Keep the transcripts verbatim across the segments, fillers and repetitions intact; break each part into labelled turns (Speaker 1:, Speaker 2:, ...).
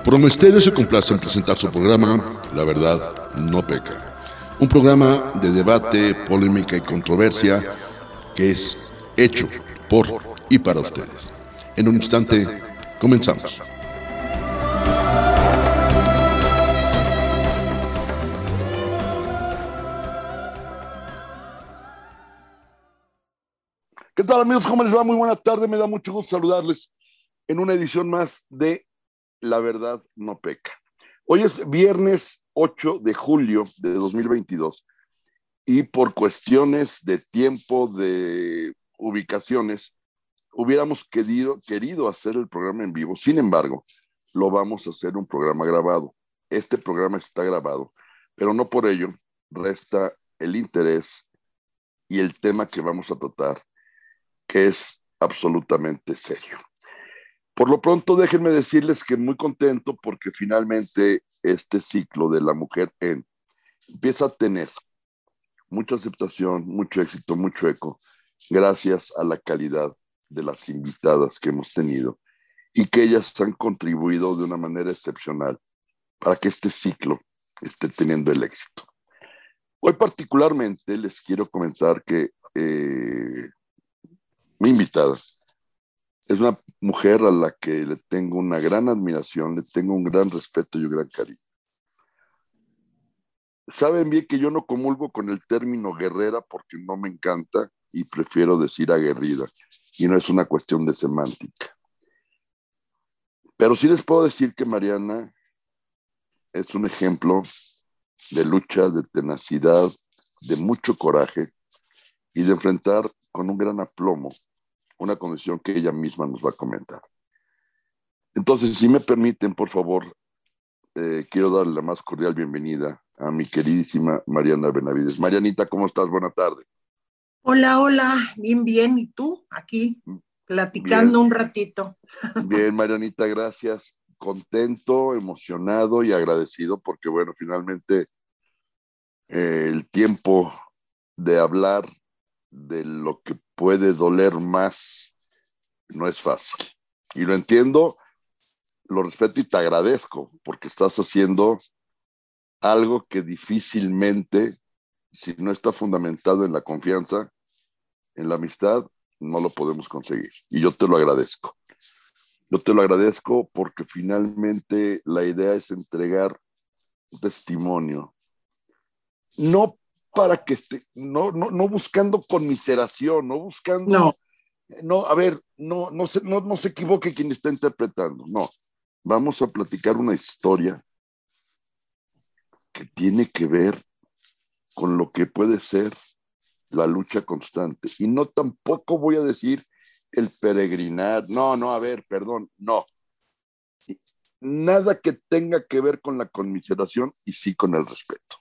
Speaker 1: Promoesterio se complace en presentar su programa La Verdad No Peca. Un programa de debate, polémica y controversia que es hecho por y para ustedes. En un instante, comenzamos. ¿Qué tal, amigos? ¿Cómo les va? Muy buena tarde. Me da mucho gusto saludarles en una edición más de La Verdad No Peca. Hoy es viernes ocho de julio de dos mil veintidós y por cuestiones de tiempo, de ubicaciones, hubiéramos querido, querido hacer el programa en vivo. Sin embargo, lo vamos a hacer un programa grabado. Este programa está grabado, pero no por ello resta el interés y el tema que vamos a tratar, que es absolutamente serio. Por lo pronto, déjenme decirles que muy contento porque finalmente este ciclo de La Mujer En empieza a tener mucha aceptación, mucho éxito, mucho eco, gracias a la calidad de las invitadas que hemos tenido y que ellas han contribuido de una manera excepcional para que este ciclo esté teniendo el éxito. Hoy particularmente les quiero comentar que eh, mi invitada es una mujer a la que le tengo una gran admiración, le tengo un gran respeto y un gran cariño. Saben bien que yo no comulgo con el término guerrera porque no me encanta y prefiero decir aguerrida, y no es una cuestión de semántica. Pero sí les puedo decir que Mariana es un ejemplo de lucha, de tenacidad, de mucho coraje y de enfrentar con un gran aplomo una condición que ella misma nos va a comentar. Entonces, si me permiten, por favor, eh, quiero darle la más cordial bienvenida a mi queridísima Mariana Benavides. Marianita, ¿cómo estás? Buena tarde.
Speaker 2: Hola, hola, bien, bien. ¿Y tú? Aquí, platicando
Speaker 1: Bien,
Speaker 2: un ratito.
Speaker 1: bien, Marianita, gracias. Contento, emocionado y agradecido porque, bueno, finalmente eh, el tiempo de hablar de lo que puede doler más no es fácil. Y lo entiendo, lo respeto y te agradezco porque estás haciendo algo que difícilmente, si no está fundamentado en la confianza, en la amistad, no lo podemos conseguir. Y yo te lo agradezco. Yo te lo agradezco porque finalmente la idea es entregar un testimonio. No para que esté, no, no, no buscando conmiseración, no buscando,
Speaker 2: No,
Speaker 1: no, a ver, no, no, se, no, no se equivoque quien está interpretando, no. Vamos a platicar una historia que tiene que ver con lo que puede ser la lucha constante. Y no tampoco voy a decir el peregrinar, no, no, a ver, perdón, no. Nada que tenga que ver con la conmiseración y sí con el respeto.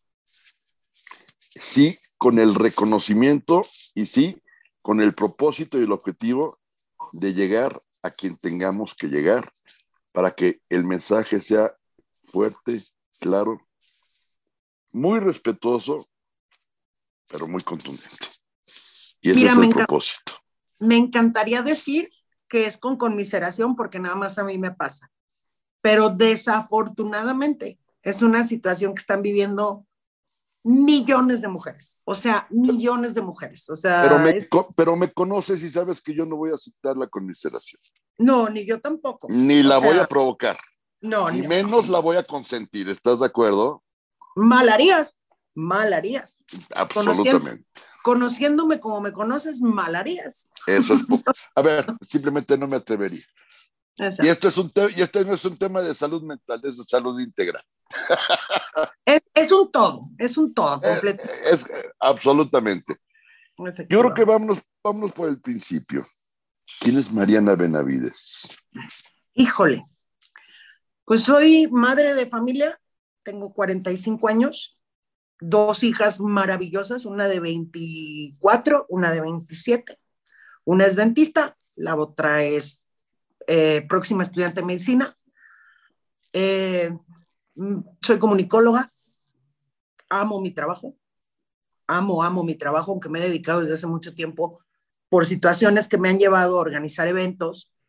Speaker 1: Sí con el reconocimiento y sí con el propósito y el objetivo de llegar a quien tengamos que llegar para que el mensaje sea fuerte, claro, muy respetuoso, pero muy contundente. Y ese
Speaker 2: mira,
Speaker 1: es
Speaker 2: me,
Speaker 1: el
Speaker 2: encan-
Speaker 1: propósito.
Speaker 2: me encantaría decir que es con conmiseración porque nada más a mí me pasa. Pero desafortunadamente es una situación que están viviendo millones de mujeres. O sea, millones de mujeres. O
Speaker 1: Pero
Speaker 2: sea,
Speaker 1: me,
Speaker 2: es...
Speaker 1: pero me conoces y sabes que yo no voy a aceptar la conmiseración.
Speaker 2: no, ni yo tampoco.
Speaker 1: Ni
Speaker 2: O
Speaker 1: la voy a
Speaker 2: sea,
Speaker 1: provocar.
Speaker 2: no,
Speaker 1: Y
Speaker 2: ni...
Speaker 1: menos la voy a consentir. ¿Estás de acuerdo?
Speaker 2: mal harías, mal harías. Conociendo,
Speaker 1: Absolutamente.
Speaker 2: conociéndome como me conoces, mal harías.
Speaker 1: Eso es. A ver, simplemente no me atrevería. Y esto, es un te- y este no es un tema de salud mental, es de salud integral.
Speaker 2: Es, es un todo, es un todo
Speaker 1: Eh,
Speaker 2: completo.
Speaker 1: es, eh, absolutamente. Yo creo que
Speaker 2: Efectivamente.
Speaker 1: vámonos, vámonos por el principio. ¿Quién es Mariana Benavides?
Speaker 2: Híjole, pues soy madre de familia, tengo cuarenta y cinco años, dos hijas maravillosas, una de veinticuatro, una de veintisiete. Una es dentista, la otra es eh, próxima estudiante de medicina. Eh, soy comunicóloga, amo mi trabajo, amo, amo mi trabajo, aunque me he dedicado desde hace mucho tiempo por situaciones que me han llevado a organizar eventos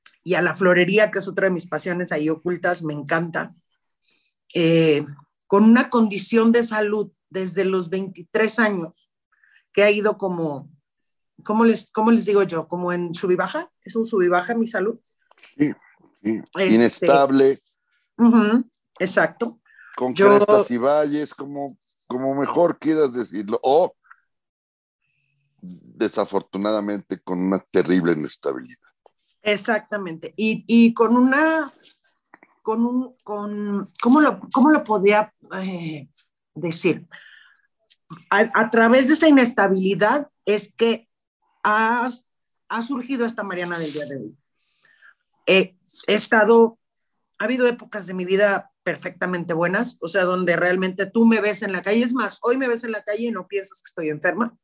Speaker 2: y a la florería, que es otra de mis pasiones ahí ocultas, me encanta, eh, con una condición de salud desde los veintitrés años, que ha ido como, ¿cómo les, cómo les digo yo? Como en sub y baja, es un sub y baja mi salud.
Speaker 1: Sí, sí.
Speaker 2: Este,
Speaker 1: Inestable.
Speaker 2: Uh-huh, exacto.
Speaker 1: Con
Speaker 2: yo,
Speaker 1: crestas y valles, como, como mejor quieras decirlo. O, desafortunadamente, con una terrible inestabilidad.
Speaker 2: Exactamente. Y, y con una, con un, con, ¿cómo lo, cómo lo podría eh, decir? A, a través de esa inestabilidad es que ha, ha surgido esta Mariana del día de hoy. Eh, he estado, ha habido épocas de mi vida perfectamente buenas, o sea, donde realmente tú me ves en la calle, es más, hoy me ves en la calle y no piensas que estoy enferma.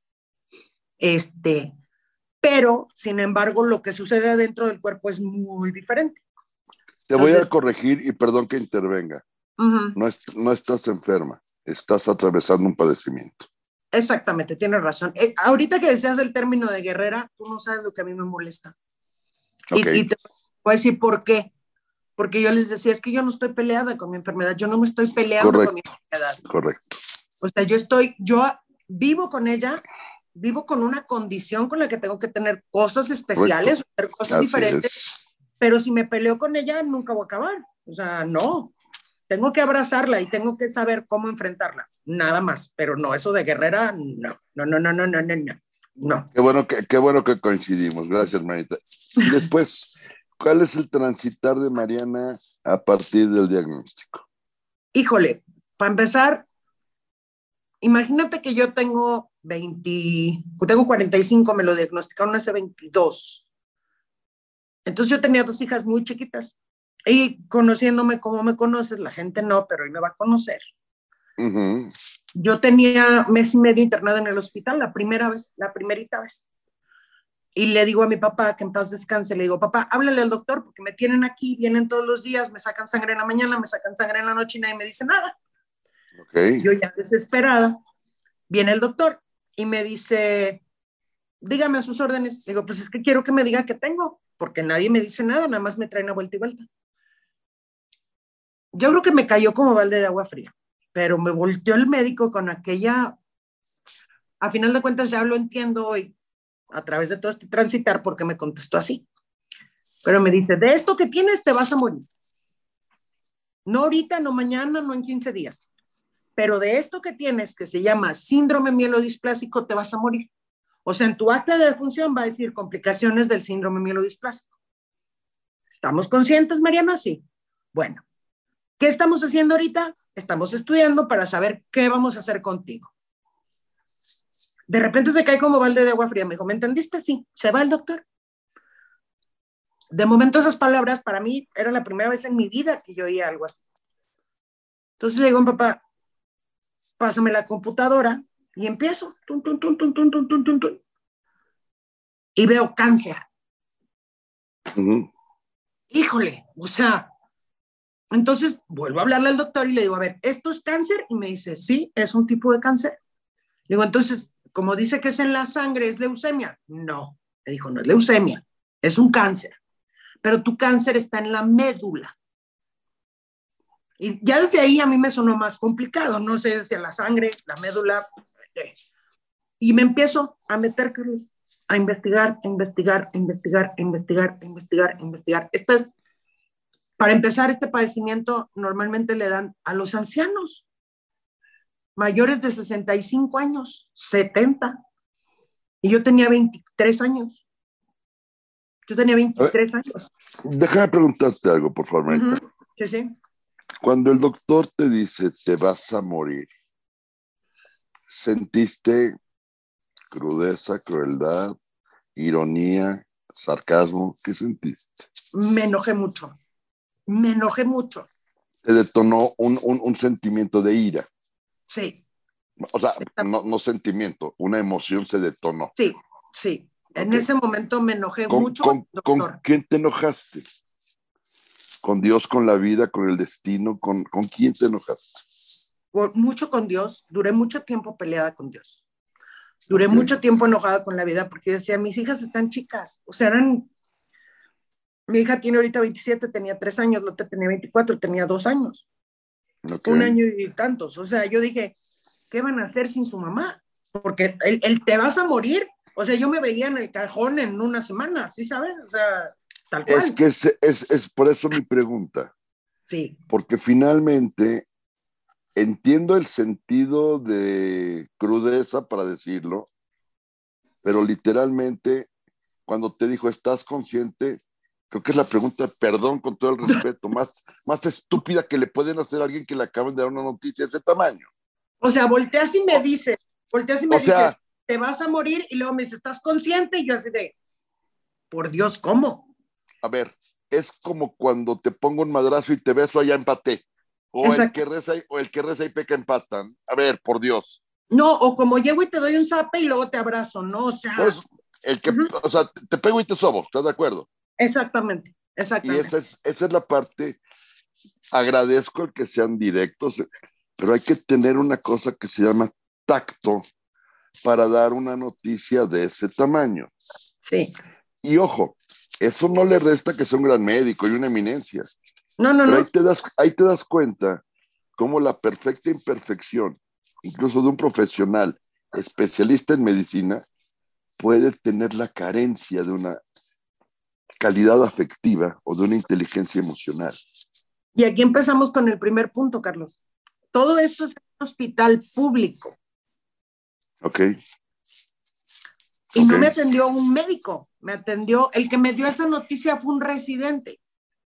Speaker 2: Este, pero, sin embargo, lo que sucede dentro del cuerpo es muy diferente.
Speaker 1: Te voy a corregir y perdón que intervenga.
Speaker 2: Uh-huh.
Speaker 1: No, es, no estás enferma, estás atravesando un padecimiento.
Speaker 2: Exactamente, tienes razón. Eh, ahorita que decías el término de guerrera, tú no sabes lo que a mí me molesta.
Speaker 1: Okay.
Speaker 2: Y, y te voy a decir por qué. Porque yo les decía, es que yo no estoy peleada con mi enfermedad, yo no me estoy peleando
Speaker 1: correcto,
Speaker 2: con mi enfermedad.
Speaker 1: Correcto.
Speaker 2: O sea, yo estoy, yo vivo con ella, vivo con una condición con la que tengo que tener cosas especiales, hacer cosas
Speaker 1: Así
Speaker 2: diferentes,
Speaker 1: es.
Speaker 2: pero si me peleo con ella, nunca voy a acabar. O sea, no. Tengo que abrazarla y tengo que saber cómo enfrentarla, nada más, pero no, eso de guerrera, no, no, no, no, no, no, no, no.
Speaker 1: Qué bueno que, qué bueno que coincidimos, gracias, Marita. Y después, ¿cuál es el transitar de Mariana a partir del diagnóstico?
Speaker 2: Híjole, para empezar, imagínate que yo tengo veinte, tengo cuarenta y cinco, me lo diagnosticaron hace veintidós. Entonces yo tenía dos hijas muy chiquitas. Y conociéndome como me conoces, la gente no, pero hoy me va a conocer.
Speaker 1: Uh-huh.
Speaker 2: Yo tenía mes y medio internado en el hospital, la primera vez, la primerita vez. Y le digo a mi papá, que en paz descanse, le digo, papá, háblale al doctor porque me tienen aquí, vienen todos los días, me sacan sangre en la mañana, me sacan sangre en la noche y nadie me dice nada.
Speaker 1: Okay.
Speaker 2: Yo ya desesperada, viene el doctor y me dice, dígame a sus órdenes. Digo, pues es que quiero que me diga qué tengo, porque nadie me dice nada, nada más me traen a vuelta y vuelta. Yo creo que me cayó como balde de agua fría, pero me volteó el médico con aquella, a final de cuentas ya lo entiendo hoy, a través de todo este transitar, porque me contestó así. Pero me dice, de esto que tienes te vas a morir. No ahorita, no mañana, no en quince días. Pero de esto que tienes, que se llama síndrome mielodisplásico, te vas a morir. O sea, en tu acta de defunción va a decir complicaciones del síndrome mielodisplásico. ¿Estamos conscientes, Mariana? Sí. Bueno, ¿qué estamos haciendo ahorita? Estamos estudiando para saber qué vamos a hacer contigo. De repente te cae como balde de agua fría. Me dijo, ¿me entendiste? Sí. Se va el doctor. De momento esas palabras para mí era la primera vez en mi vida que yo oía algo así. Entonces le digo a mi papá, pásame la computadora y empiezo. Tun, tun, tun, tun, tun, tun, tun, tun, tun. Y veo cáncer.
Speaker 1: Uh-huh.
Speaker 2: Híjole, o sea, entonces vuelvo a hablarle al doctor y le digo, a ver, ¿esto es cáncer? Y me dice, sí, es un tipo de cáncer. Le digo, entonces, como dice que es en la sangre, ¿es leucemia? No, me dijo, no es leucemia, es un cáncer. Pero tu cáncer está en la médula. Y ya desde ahí a mí me sonó más complicado, no sé si a la sangre, la médula. Y me empiezo a meter, a investigar, a investigar, a investigar, a investigar, a investigar, a investigar. Esta es, para empezar, este padecimiento normalmente le dan a los ancianos, mayores de sesenta y cinco años, setenta. Y yo tenía veintitrés años. Yo tenía veintitrés años.
Speaker 1: Déjame preguntarte algo, por favor, Marita.
Speaker 2: Uh-huh. Sí, sí.
Speaker 1: Cuando el doctor te dice, te vas a morir, ¿sentiste crudeza, crueldad, ironía, sarcasmo? ¿Qué sentiste?
Speaker 2: Me enojé mucho. Me enojé mucho.
Speaker 1: Te detonó un, un, un sentimiento de ira.
Speaker 2: Sí.
Speaker 1: O sea, no, no sentimiento, una emoción se detonó.
Speaker 2: Sí, sí. En okay. ese momento me enojé
Speaker 1: ¿Con,
Speaker 2: mucho.
Speaker 1: Con,
Speaker 2: doctor.
Speaker 1: ¿Con quién te enojaste? ¿Con Dios, con la vida, con el destino? ¿Con, con quién te enojaste?
Speaker 2: Por, mucho con Dios. Duré mucho tiempo peleada con Dios. Duré
Speaker 1: okay.
Speaker 2: mucho tiempo enojada con la vida porque decía, mis hijas están chicas. O sea, eran... Mi hija tiene ahorita veintisiete, tenía tres años, la otra tenía veinticuatro, tenía dos años.
Speaker 1: Okay.
Speaker 2: Un año y tantos. O sea, yo dije, ¿qué van a hacer sin su mamá? Porque el, el te vas a morir. O sea, yo me veía en el cajón en una semana, ¿sí sabes? O sea, tal cual.
Speaker 1: Es que es, es, es por eso mi pregunta.
Speaker 2: Sí.
Speaker 1: Porque finalmente entiendo el sentido de crudeza, para decirlo, pero literalmente, cuando te dijo, ¿estás consciente? Creo que es la pregunta, perdón, con todo el respeto, más, más estúpida que le pueden hacer a alguien que le acaban de dar una noticia de ese tamaño.
Speaker 2: O sea, volteas y me dices, volteas y me
Speaker 1: O sea,
Speaker 2: dices, te vas a morir, y luego me dices, ¿estás consciente? Y yo así de, por Dios, ¿cómo?
Speaker 1: A ver, es como cuando te pongo un madrazo y te beso, allá empaté. O el que reza y, o el que reza y peca empatan. A ver, por Dios.
Speaker 2: No, o como llego y te doy un zape y luego te abrazo, ¿no? O sea.
Speaker 1: Pues, el que, uh-huh. o sea, te pego y te sobo, ¿estás de acuerdo?
Speaker 2: Exactamente, exactamente.
Speaker 1: Y esa es, esa es la parte, agradezco el que sean directos, pero hay que tener una cosa que se llama tacto para dar una noticia de ese tamaño.
Speaker 2: Sí.
Speaker 1: Y ojo, eso no le resta que sea un gran médico y una eminencia.
Speaker 2: No, no,
Speaker 1: pero
Speaker 2: no.
Speaker 1: Ahí te, das, ahí te das cuenta cómo la perfecta imperfección, incluso de un profesional especialista en medicina, puede tener la carencia de una calidad afectiva o de una inteligencia emocional.
Speaker 2: Y aquí empezamos con el primer punto, Carlos. Todo esto es un hospital público.
Speaker 1: Ok.
Speaker 2: Y
Speaker 1: okay.
Speaker 2: no me atendió un médico, me atendió, el que me dio esa noticia fue un residente.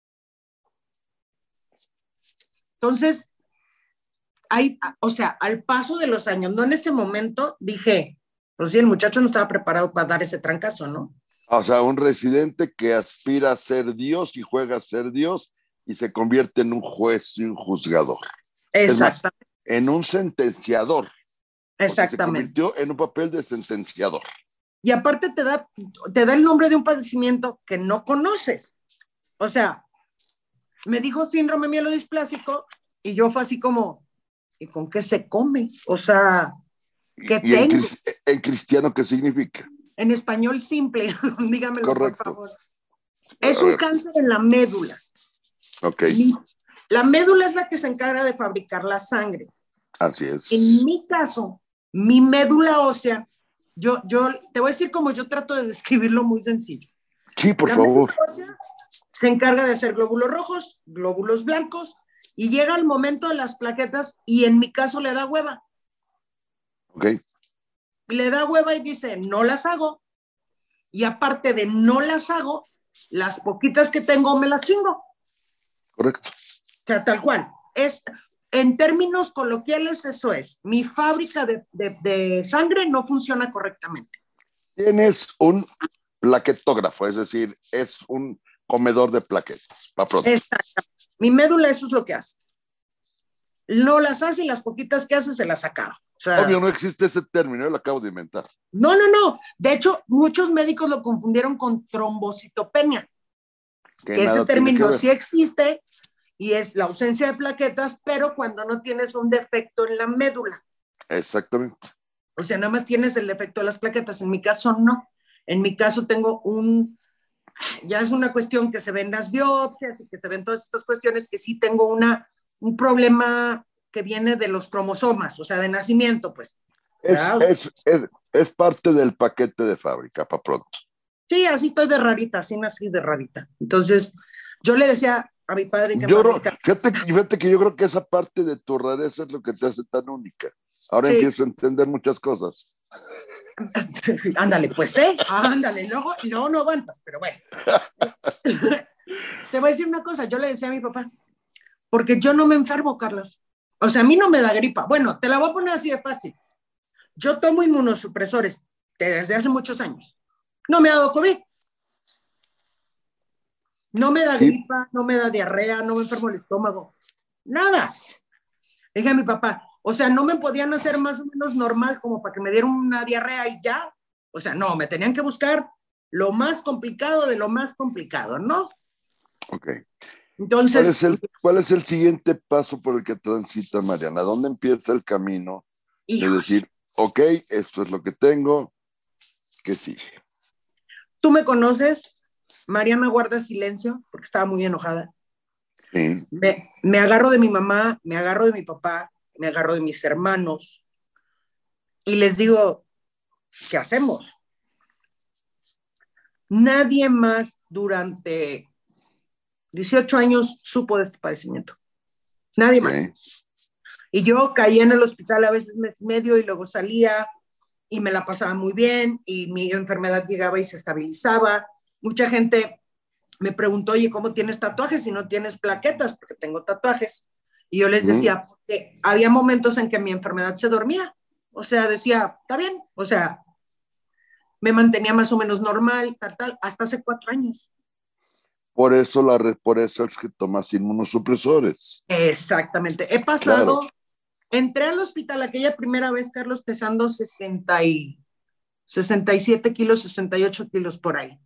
Speaker 2: Entonces, hay, o sea, al paso de los años, no en ese momento, dije, pues sí, el muchacho no estaba preparado para dar ese trancazo, ¿no?
Speaker 1: O sea, un residente que aspira a ser Dios y juega a ser Dios y se convierte en un juez y un juzgador.
Speaker 2: Exactamente.
Speaker 1: Es más, en un sentenciador.
Speaker 2: Exactamente.
Speaker 1: Se convirtió en un papel de sentenciador.
Speaker 2: Y aparte te da, te da el nombre de un padecimiento que no conoces. O sea, me dijo síndrome mielodisplásico y yo fue así como, ¿y con qué se come? O sea, ¿qué
Speaker 1: ¿Y en,
Speaker 2: tengo?
Speaker 1: en cristiano qué significa?
Speaker 2: En español simple, dígamelo
Speaker 1: Correcto.
Speaker 2: por favor. Es un cáncer en la médula.
Speaker 1: Ok.
Speaker 2: Mi, la médula es la que se encarga de fabricar la sangre.
Speaker 1: Así es.
Speaker 2: En mi caso, mi médula ósea, yo, yo te voy a decir como yo trato de describirlo muy sencillo.
Speaker 1: Sí, por
Speaker 2: la
Speaker 1: favor.
Speaker 2: médula ósea se encarga de hacer glóbulos rojos, glóbulos blancos, y llega el momento de las plaquetas y en mi caso le da hueva.
Speaker 1: Ok.
Speaker 2: Le da hueva y dice, no las hago. Y aparte de no las hago, las poquitas que tengo me las chingo.
Speaker 1: Correcto.
Speaker 2: O sea, tal cual. Es, en términos coloquiales, eso es. Mi fábrica de, de, de sangre no funciona correctamente.
Speaker 1: Tienes un plaquetógrafo, es decir, es un comedor de plaquetas. Va pronto.
Speaker 2: Exacto. Mi médula eso es lo que hace. No las hace y las poquitas que hace se las acaba. O sea,
Speaker 1: obvio, no existe ese término, yo lo acabo de inventar.
Speaker 2: No, no, no. De hecho, muchos médicos lo confundieron con trombocitopenia. Que, que ese término sí existe y es la ausencia de plaquetas, pero cuando no tienes un defecto en la médula.
Speaker 1: Exactamente.
Speaker 2: O sea, nada más tienes el defecto de las plaquetas. En mi caso, no. En mi caso tengo un, ya es una cuestión que se ven las biopsias y que se ven todas estas cuestiones, que sí tengo una, un problema que viene de los cromosomas, o sea, de nacimiento, pues.
Speaker 1: Es, es, es, es parte del paquete de fábrica, para pronto.
Speaker 2: Sí, así estoy de rarita, así nací de rarita. Entonces, yo le decía a mi padre que
Speaker 1: yo creo, fíjate, fíjate que yo creo que esa parte de tu rareza es lo que te hace tan única. Ahora sí. Empiezo a entender muchas cosas.
Speaker 2: Ándale, pues, ¿eh? Ándale, luego, luego no aguantas, pero bueno. Te voy a decir una cosa, yo le decía a mi papá, porque yo no me enfermo, Carlos. O sea, a mí no me da gripa. Bueno, te la voy a poner así de fácil. Yo tomo inmunosupresores desde hace muchos años. No me ha dado COVID. No me da sí. gripa, no me da diarrea, no me enfermo el estómago. Nada. Le dije a mi papá, o sea, no me podían hacer más o menos normal como para que me dieran una diarrea y ya. O sea, no, me tenían que buscar lo más complicado de lo más complicado, ¿no?
Speaker 1: Ok.
Speaker 2: Entonces,
Speaker 1: ¿Cuál es el, cuál es el siguiente paso por el que transita Mariana? ¿Dónde empieza el camino hijo. de decir, ok, esto es lo que tengo, ¿qué sigue?
Speaker 2: Tú me conoces, Mariana guarda silencio porque estaba muy enojada.
Speaker 1: Sí.
Speaker 2: Me, me agarro de mi mamá, me agarro de mi papá, me agarro de mis hermanos y les digo, ¿qué hacemos? Nadie más durante dieciocho años supo de este padecimiento. Nadie
Speaker 1: Okay.
Speaker 2: más. Y yo caía en el hospital a veces mes y medio y luego salía y me la pasaba muy bien y mi enfermedad llegaba y se estabilizaba. Mucha gente me preguntó, oye, ¿cómo tienes tatuajes si no tienes plaquetas? Porque tengo tatuajes. Y yo les
Speaker 1: Mm.
Speaker 2: decía, porque había momentos en que mi enfermedad se dormía. O sea, decía, está bien. O sea, me mantenía más o menos normal, tal, tal, hasta hace cuatro años.
Speaker 1: Por eso, la, re- por eso es que tomas inmunosupresores.
Speaker 2: Exactamente. He pasado,
Speaker 1: Claro.
Speaker 2: entré al hospital aquella primera vez, Carlos, pesando sesenta y, sesenta y siete kilos, sesenta y ocho kilos por ahí.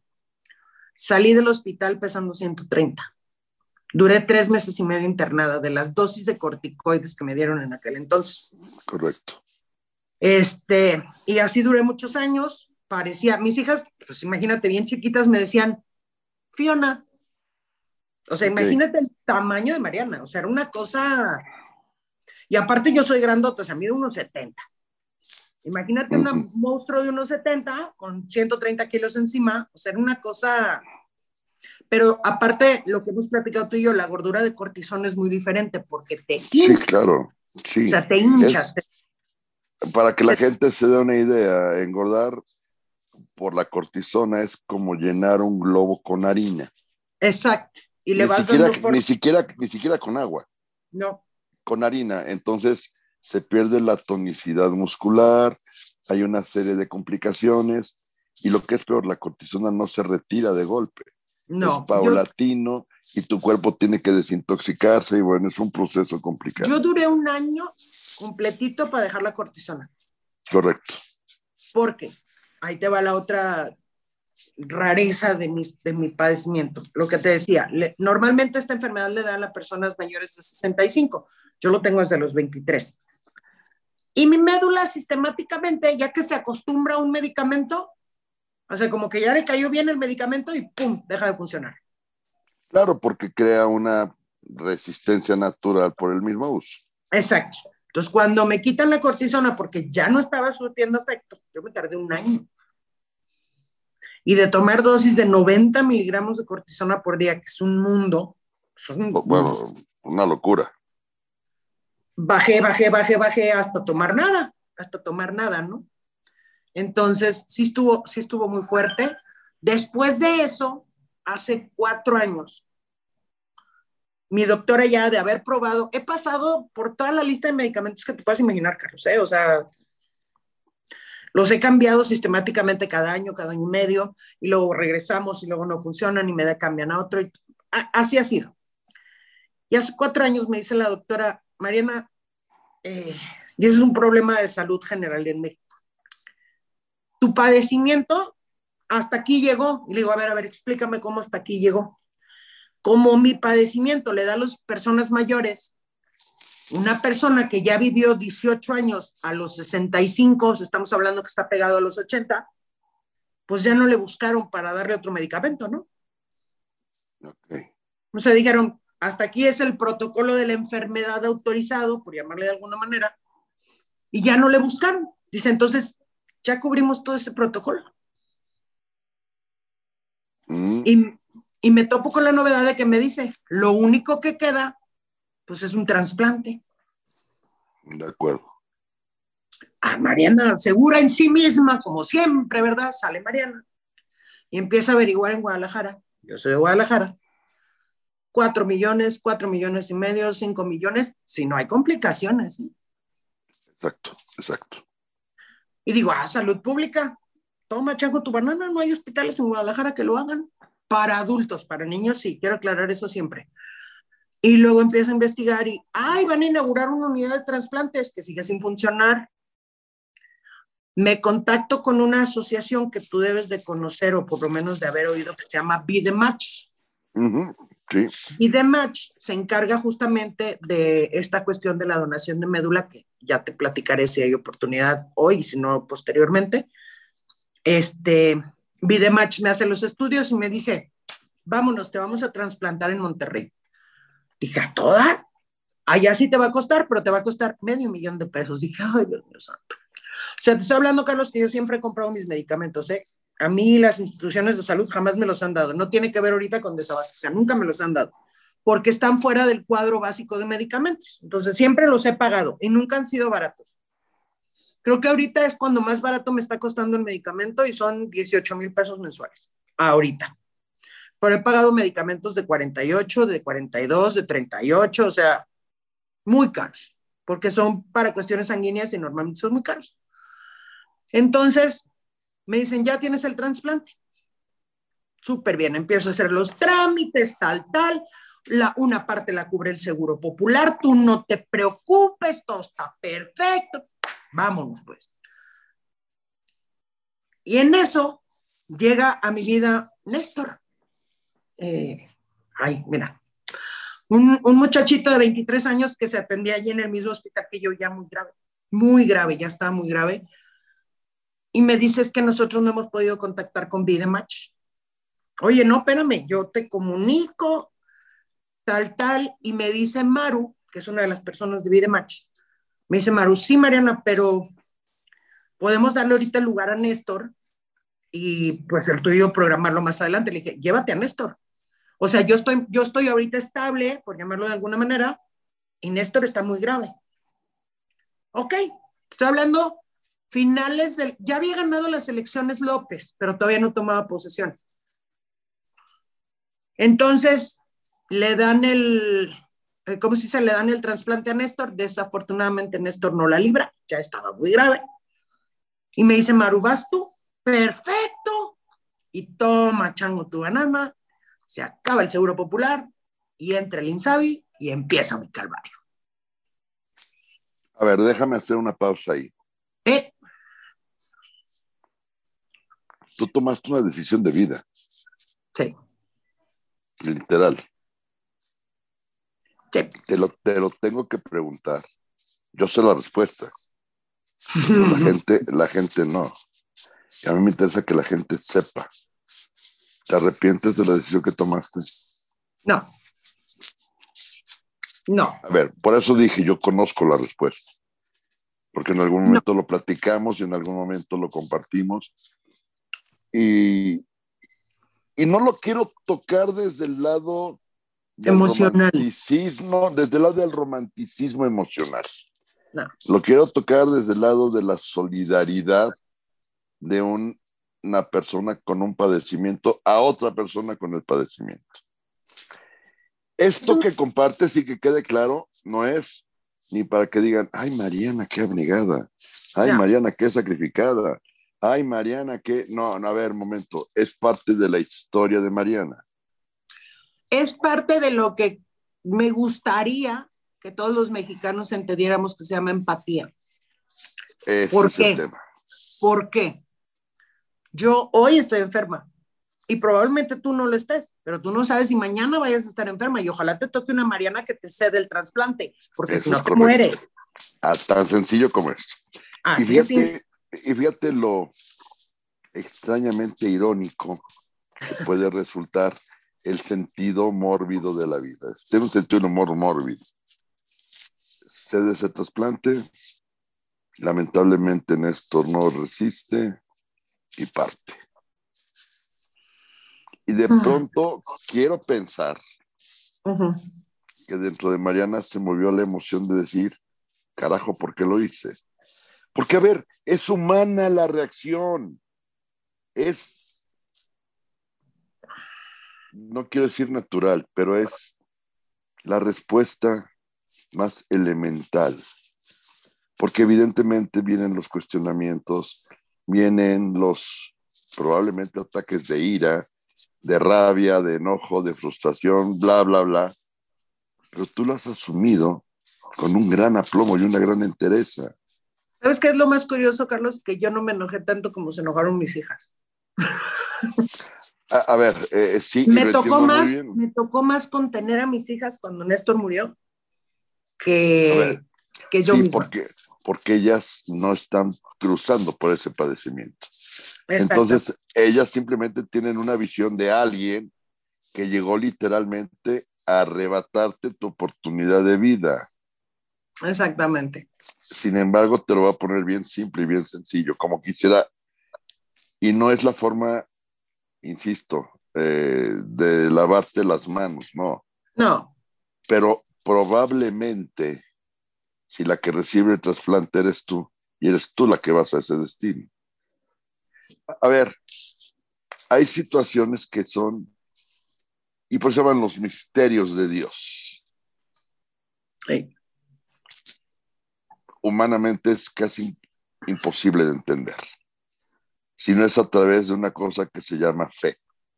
Speaker 2: Salí del hospital pesando ciento treinta. Duré tres meses y medio internada de las dosis de corticoides que me dieron en aquel entonces.
Speaker 1: Correcto.
Speaker 2: Este, y así duré muchos años. Parecía, mis hijas, pues imagínate, bien chiquitas, me decían, Fiona. O sea,
Speaker 1: Okay.
Speaker 2: imagínate el tamaño de Mariana. O sea, era una cosa. Y aparte, yo soy grandota, o sea, mido unos setenta. Imagínate
Speaker 1: Uh-huh.
Speaker 2: un monstruo de unos setenta con ciento treinta kilos encima. O sea, era una cosa. Pero aparte, lo que hemos platicado tú y yo, la gordura de cortisona es muy diferente porque te
Speaker 1: Sí,
Speaker 2: hinchas.
Speaker 1: claro.
Speaker 2: O
Speaker 1: Sí.
Speaker 2: sea, te hinchas.
Speaker 1: Es,
Speaker 2: Te,
Speaker 1: para que la
Speaker 2: te,
Speaker 1: gente se dé una idea, engordar por la cortisona es como llenar un globo con harina.
Speaker 2: exacto. Y le
Speaker 1: Ni
Speaker 2: vas
Speaker 1: siquiera,
Speaker 2: dando por.
Speaker 1: ni siquiera, ni siquiera con agua,
Speaker 2: No.
Speaker 1: con harina. Entonces se pierde la tonicidad muscular, hay una serie de complicaciones y lo que es peor, la cortisona no se retira de golpe.
Speaker 2: No.
Speaker 1: Es paulatino yo, y tu cuerpo tiene que desintoxicarse y bueno, es un proceso complicado.
Speaker 2: Yo duré un año completito para dejar la cortisona.
Speaker 1: Correcto.
Speaker 2: Porque ahí te va la otra rareza de mi, de mi padecimiento. Lo que te decía, le, normalmente esta enfermedad le da a las personas mayores de sesenta y cinco. Yo lo tengo desde los veintitrés. Y mi médula sistemáticamente, ya que se acostumbra a un medicamento, o sea, como que ya le cayó bien el medicamento y ¡pum!, deja de funcionar.
Speaker 1: Claro, porque crea una resistencia natural por el mismo uso.
Speaker 2: Exacto. Entonces, cuando me quitan la cortisona porque ya no estaba surtiendo efecto, yo me tardé un año. Y de tomar dosis de noventa miligramos de cortisona por día, que es un mundo. Es un,
Speaker 1: bueno, una locura.
Speaker 2: Bajé, bajé, bajé, bajé hasta tomar nada, hasta tomar nada, ¿no? Entonces, sí estuvo, sí estuvo muy fuerte. Después de eso, hace cuatro años, mi doctora ya de haber probado, he pasado por toda la lista de medicamentos que te puedas imaginar, Carlos, ¿eh? O sea, los he cambiado sistemáticamente cada año, cada año y medio, y luego regresamos y luego no funcionan y me cambian a otro. Y así ha sido. Y hace cuatro años me dice la doctora, Mariana, eh, y eso es un problema de salud general en México. Tu padecimiento hasta aquí llegó. Y le digo, a ver, a ver, explícame cómo hasta aquí llegó. Como mi padecimiento le da a las personas mayores, una persona que ya vivió dieciocho años a los sesenta y cinco, estamos hablando que está pegado a los ochenta, pues ya no le buscaron para darle otro medicamento, ¿no?
Speaker 1: Okay.
Speaker 2: O sea, dijeron, hasta aquí es el protocolo de la enfermedad autorizado, por llamarle de alguna manera, y ya no le buscaron. Dice, entonces, ya cubrimos todo ese protocolo.
Speaker 1: Mm.
Speaker 2: Y, y me topo con la novedad de que me dice, lo único que queda, pues es un trasplante.
Speaker 1: De acuerdo.
Speaker 2: Ah, Mariana, segura en sí misma, como siempre, ¿verdad? Sale Mariana y empieza a averiguar en Guadalajara. Yo soy de Guadalajara. Cuatro millones, cuatro millones y medio, cinco millones, si no hay complicaciones. ¿Sí?
Speaker 1: Exacto, exacto.
Speaker 2: Y digo, ah, salud pública, toma, chango, tu banana, no hay hospitales en Guadalajara que lo hagan. Para adultos, para niños sí, quiero aclarar eso siempre. Y luego empiezo a investigar y, ay, van a inaugurar una unidad de trasplantes que sigue sin funcionar. Me contacto con una asociación que tú debes de conocer o por lo menos de haber oído que se llama Be The Match.
Speaker 1: Uh-huh. Sí.
Speaker 2: Be The Match se encarga justamente de esta cuestión de la donación de médula, que ya te platicaré si hay oportunidad hoy, si no posteriormente. Este, Be The Match me hace los estudios y me dice, vámonos, te vamos a trasplantar en Monterrey. Dije, ¿a toda? Allá sí te va a costar, pero te va a costar medio millón de pesos. Dije, ay, Dios mío santo. O sea, te estoy hablando, Carlos, que yo siempre he comprado mis medicamentos, ¿eh? A mí las instituciones de salud jamás me los han dado. No tiene que ver ahorita con desabasto, o sea, nunca me los han dado, porque están fuera del cuadro básico de medicamentos. Entonces, siempre los he pagado y nunca han sido baratos. Creo que ahorita es cuando más barato me está costando el medicamento y son dieciocho mil pesos mensuales. Ahorita. Pero he pagado medicamentos de cuarenta y ocho, de cuarenta y dos, de treinta y ocho, o sea, muy caros, porque son para cuestiones sanguíneas y normalmente son muy caros. Entonces, me dicen, ya tienes el trasplante. Súper bien, empiezo a hacer los trámites, tal, tal. La, una parte la cubre el Seguro Popular, tú no te preocupes, todo está perfecto. Vámonos, pues. Y en eso llega a mi vida Néstor. Eh, ay, mira, un, un muchachito de veintitrés años que se atendía allí en el mismo hospital que yo, ya muy grave, muy grave, ya estaba muy grave. Y me dice, es que nosotros no hemos podido contactar con Vidematch. Oye, no, espérame, yo te comunico, tal, tal. Y me dice Maru, que es una de las personas de Vidematch, me dice Maru, sí, Mariana, pero podemos darle ahorita el lugar a Néstor y pues el tuyo programarlo más adelante. Le dije, llévate a Néstor. O sea, yo estoy, yo estoy ahorita estable, por llamarlo de alguna manera, y Néstor está muy grave. Ok, estoy hablando finales del, ya había ganado las elecciones López, pero todavía no tomaba posesión. Entonces, le dan el, ¿cómo se dice? Le dan el trasplante a Néstor. Desafortunadamente, Néstor no la libra, ya estaba muy grave. Y me dice, Maru, ¿vas tú? Perfecto. Y toma, chango, tu banana. Se acaba el Seguro Popular y entra el INSABI y empieza mi calvario.
Speaker 1: A ver, déjame hacer una pausa ahí.
Speaker 2: ¿Eh?
Speaker 1: Tú tomaste una decisión de vida.
Speaker 2: Sí.
Speaker 1: Literal.
Speaker 2: Sí.
Speaker 1: Te lo, te lo tengo que preguntar. Yo sé la respuesta. Pero la gente, la gente no. Y a mí me interesa que la gente sepa. ¿Te arrepientes de la decisión que tomaste?
Speaker 2: No. No.
Speaker 1: A ver, por eso dije, yo conozco la respuesta. Porque en algún momento no. lo platicamos y en algún momento lo compartimos. Y, y no lo quiero tocar desde el lado del
Speaker 2: emocional.
Speaker 1: romanticismo, desde el lado del romanticismo emocional.
Speaker 2: No.
Speaker 1: Lo quiero tocar desde el lado de la solidaridad de un, una persona con un padecimiento a otra persona con el padecimiento. Esto que compartes y que quede claro, no es ni para que digan, ay, Mariana, qué abnegada, ay, no. Mariana, qué sacrificada, ay, Mariana, qué... No, no, a ver, momento, es parte de la historia de Mariana.
Speaker 2: Es parte de lo que me gustaría que todos los mexicanos entendiéramos que se llama empatía.
Speaker 1: Ese
Speaker 2: ¿Por
Speaker 1: es
Speaker 2: qué?
Speaker 1: el tema.
Speaker 2: ¿Por qué? Yo hoy estoy enferma y probablemente tú no lo estés, pero tú no sabes si mañana vayas a estar enferma y ojalá te toque una Mariana que te cede el trasplante, porque
Speaker 1: Eso
Speaker 2: si no
Speaker 1: es
Speaker 2: te
Speaker 1: correcto.
Speaker 2: mueres.
Speaker 1: Ah, tan sencillo como esto.
Speaker 2: Así
Speaker 1: y fíjate,
Speaker 2: es.
Speaker 1: y fíjate lo extrañamente irónico que puede resultar el sentido mórbido de la vida. Tiene un sentido de humor mórbido. Cede ese trasplante, lamentablemente Néstor no resiste y parte. Y de pronto quiero pensar uh-huh. que dentro de Mariana se movió la emoción de decir, carajo, ¿por qué lo hice? Porque, a ver, es humana la reacción. Es, no quiero decir natural, pero es la respuesta más elemental. Porque evidentemente vienen los cuestionamientos, vienen los probablemente ataques de ira, de rabia, de enojo, de frustración, bla, bla, bla. Pero tú lo has asumido con un gran aplomo y una gran entereza.
Speaker 2: ¿Sabes qué es lo más curioso, Carlos? Que yo no me enojé tanto como se enojaron mis hijas.
Speaker 1: A, a ver, eh, sí,
Speaker 2: me
Speaker 1: y lo
Speaker 2: tocó más,
Speaker 1: muy bien.
Speaker 2: me tocó más contener a mis hijas cuando Néstor murió que,
Speaker 1: ver,
Speaker 2: que yo
Speaker 1: sí,
Speaker 2: misma.
Speaker 1: porque, porque ellas no están cruzando por ese padecimiento.
Speaker 2: Exacto.
Speaker 1: Entonces, ellas simplemente tienen una visión de alguien que llegó literalmente a arrebatarte tu oportunidad de vida.
Speaker 2: Exactamente.
Speaker 1: Sin embargo, te lo voy a poner bien simple y bien sencillo, como quisiera, y no es la forma, insisto, eh, de lavarte las manos, no.
Speaker 2: No.
Speaker 1: Pero probablemente, si la que recibe el trasplante eres tú, y eres tú la que vas a ese destino. A ver, hay situaciones que son, y por eso se llaman los misterios de Dios.
Speaker 2: Sí.
Speaker 1: Humanamente es casi imposible de entender, si no es a través de una cosa que se llama fe.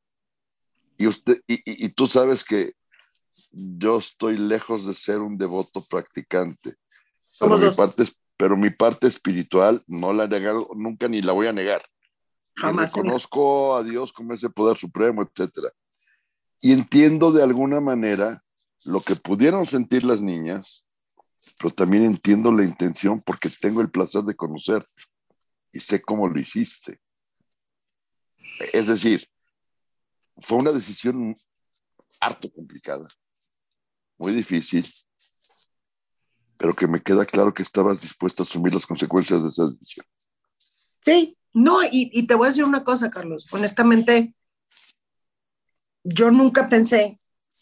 Speaker 1: Y, usted, y, y, y tú sabes que yo estoy lejos de ser un devoto practicante, pero
Speaker 2: Somos
Speaker 1: mi,
Speaker 2: dos.
Speaker 1: parte, pero mi parte espiritual no la he negado nunca ni la voy a negar. Y
Speaker 2: Jamás.
Speaker 1: reconozco a Dios como ese poder supremo, etcétera. Y entiendo de alguna manera lo que pudieron sentir las niñas, pero también entiendo la intención porque tengo el placer de conocerte y sé cómo lo hiciste. Es decir, fue una decisión harto complicada, muy difícil, pero que me queda claro que estabas dispuesta a asumir las consecuencias de esa decisión.
Speaker 2: Sí, no, y, y te voy a decir una cosa, Carlos. Honestamente, yo nunca pensé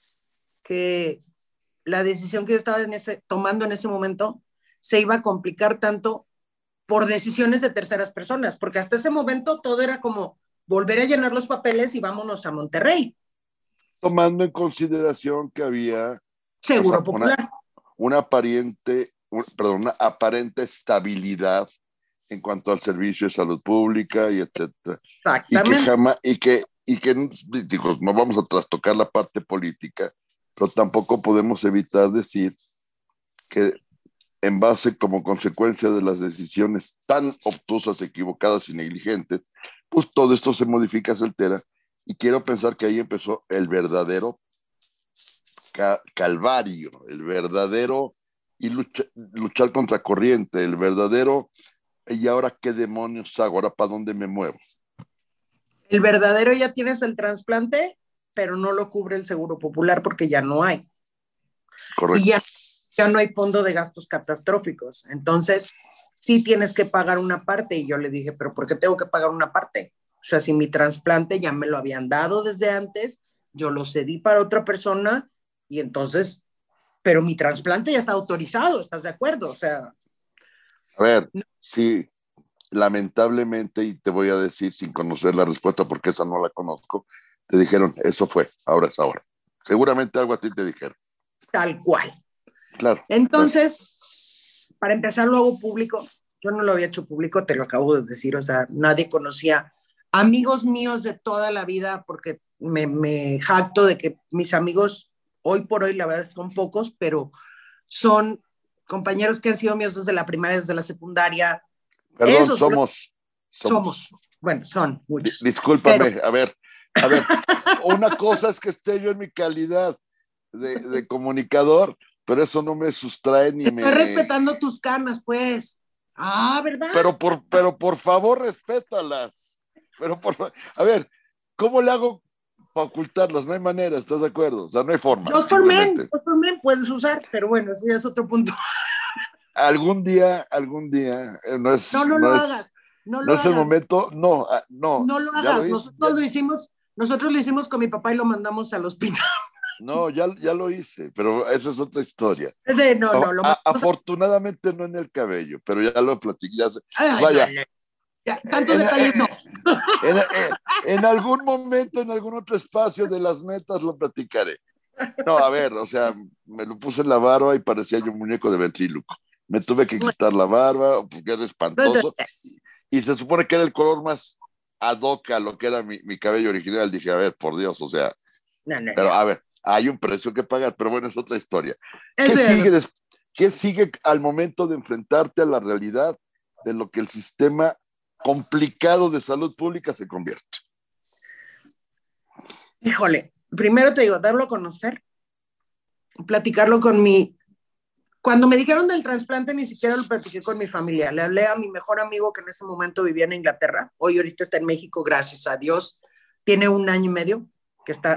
Speaker 2: que la decisión que yo estaba en ese, tomando en ese momento se iba a complicar tanto por decisiones de terceras personas, porque hasta ese momento todo era como volver a llenar los papeles y vámonos a Monterrey.
Speaker 1: Tomando en consideración que había
Speaker 2: Seguro
Speaker 1: o sea,
Speaker 2: Popular.
Speaker 1: Una, una aparente, un, perdón, una aparente estabilidad en cuanto al servicio de salud pública y etcétera. Y que jamás, y que, y que digo, no vamos a trastocar la parte política, pero tampoco podemos evitar decir que en base como consecuencia de las decisiones tan obtusas, equivocadas y negligentes, pues todo esto se modifica, se altera, y quiero pensar que ahí empezó el verdadero ca calvario, el verdadero, y lucha, luchar contra corriente, el verdadero, y ahora qué demonios hago, ahora para dónde me muevo.
Speaker 2: El verdadero, ya tienes el trasplante, pero no lo cubre el Seguro Popular porque ya no hay.
Speaker 1: Correcto.
Speaker 2: Y ya, ya no hay fondo de gastos catastróficos. Entonces, sí tienes que pagar una parte. Y yo le dije, ¿pero por qué tengo que pagar una parte? O sea, si mi trasplante ya me lo habían dado desde antes, yo lo cedí para otra persona y entonces, pero mi trasplante ya está autorizado, ¿estás de acuerdo? O sea.
Speaker 1: A ver, no. Sí, lamentablemente, y te voy a decir sin conocer la respuesta porque esa no la conozco, te dijeron, eso fue, ahora es ahora. Seguramente algo a ti te dijeron.
Speaker 2: Tal cual.
Speaker 1: Claro.
Speaker 2: Entonces, claro. Para empezar, lo hago público. Yo no lo había hecho público, te lo acabo de decir, o sea, nadie conocía. Amigos míos de toda la vida, porque me, me jacto de que mis amigos, hoy por hoy, la verdad, son pocos, pero son compañeros que han sido míos desde la primaria, desde la secundaria.
Speaker 1: Perdón, Esos somos,
Speaker 2: somos. Somos. Bueno, son muchos.
Speaker 1: Discúlpame, pero... a ver, a ver, una cosa es que esté yo en mi calidad de, de comunicador, pero eso no me sustrae ni
Speaker 2: Estoy
Speaker 1: me...
Speaker 2: respetando tus canas, pues. Ah, ¿verdad?
Speaker 1: Pero por, pero por favor, respétalas. Pero por favor, a ver, ¿cómo le hago para ocultarlas? No hay manera, ¿estás de acuerdo? O sea, no hay forma.
Speaker 2: Just for men, just for men puedes usar, pero bueno, ese ya es otro punto.
Speaker 1: Algún día, algún día, no es,
Speaker 2: no, no,
Speaker 1: no
Speaker 2: lo
Speaker 1: es,
Speaker 2: hagas. No,
Speaker 1: no
Speaker 2: lo
Speaker 1: es
Speaker 2: hagas.
Speaker 1: el momento, no, no.
Speaker 2: No lo hagas, lo nosotros ya... lo hicimos, nosotros lo hicimos con mi papá y lo mandamos al hospital.
Speaker 1: No, ya, ya lo hice, pero eso es otra historia.
Speaker 2: Ese, no, no, lo
Speaker 1: a, afortunadamente no en el cabello, pero ya lo platiqué. Ya,
Speaker 2: Ay,
Speaker 1: vaya.
Speaker 2: No, no. Ya, tantos en, detalles no.
Speaker 1: En, en, en algún momento, en algún otro espacio de las metas lo platicaré. No, a ver, o sea, me lo puse en la barba y parecía yo un muñeco de ventríloco. Me tuve que quitar la barba porque era espantoso. Y, y se supone que era el color más ad hoc a lo que era mi, mi cabello original. Dije, a ver, por Dios, o sea. No, no, pero a ver, hay un precio que pagar, pero bueno, es otra historia. ¿Qué sigue, des, ¿Qué sigue al momento de enfrentarte a la realidad de lo que el sistema complicado de salud pública se convierte?
Speaker 2: Híjole, primero te digo, darlo a conocer, platicarlo con mi... Cuando me dijeron del trasplante, ni siquiera lo platiqué con mi familia. Le hablé a mi mejor amigo que en ese momento vivía en Inglaterra. Hoy ahorita está en México, gracias a Dios. Tiene un año y medio que está, no,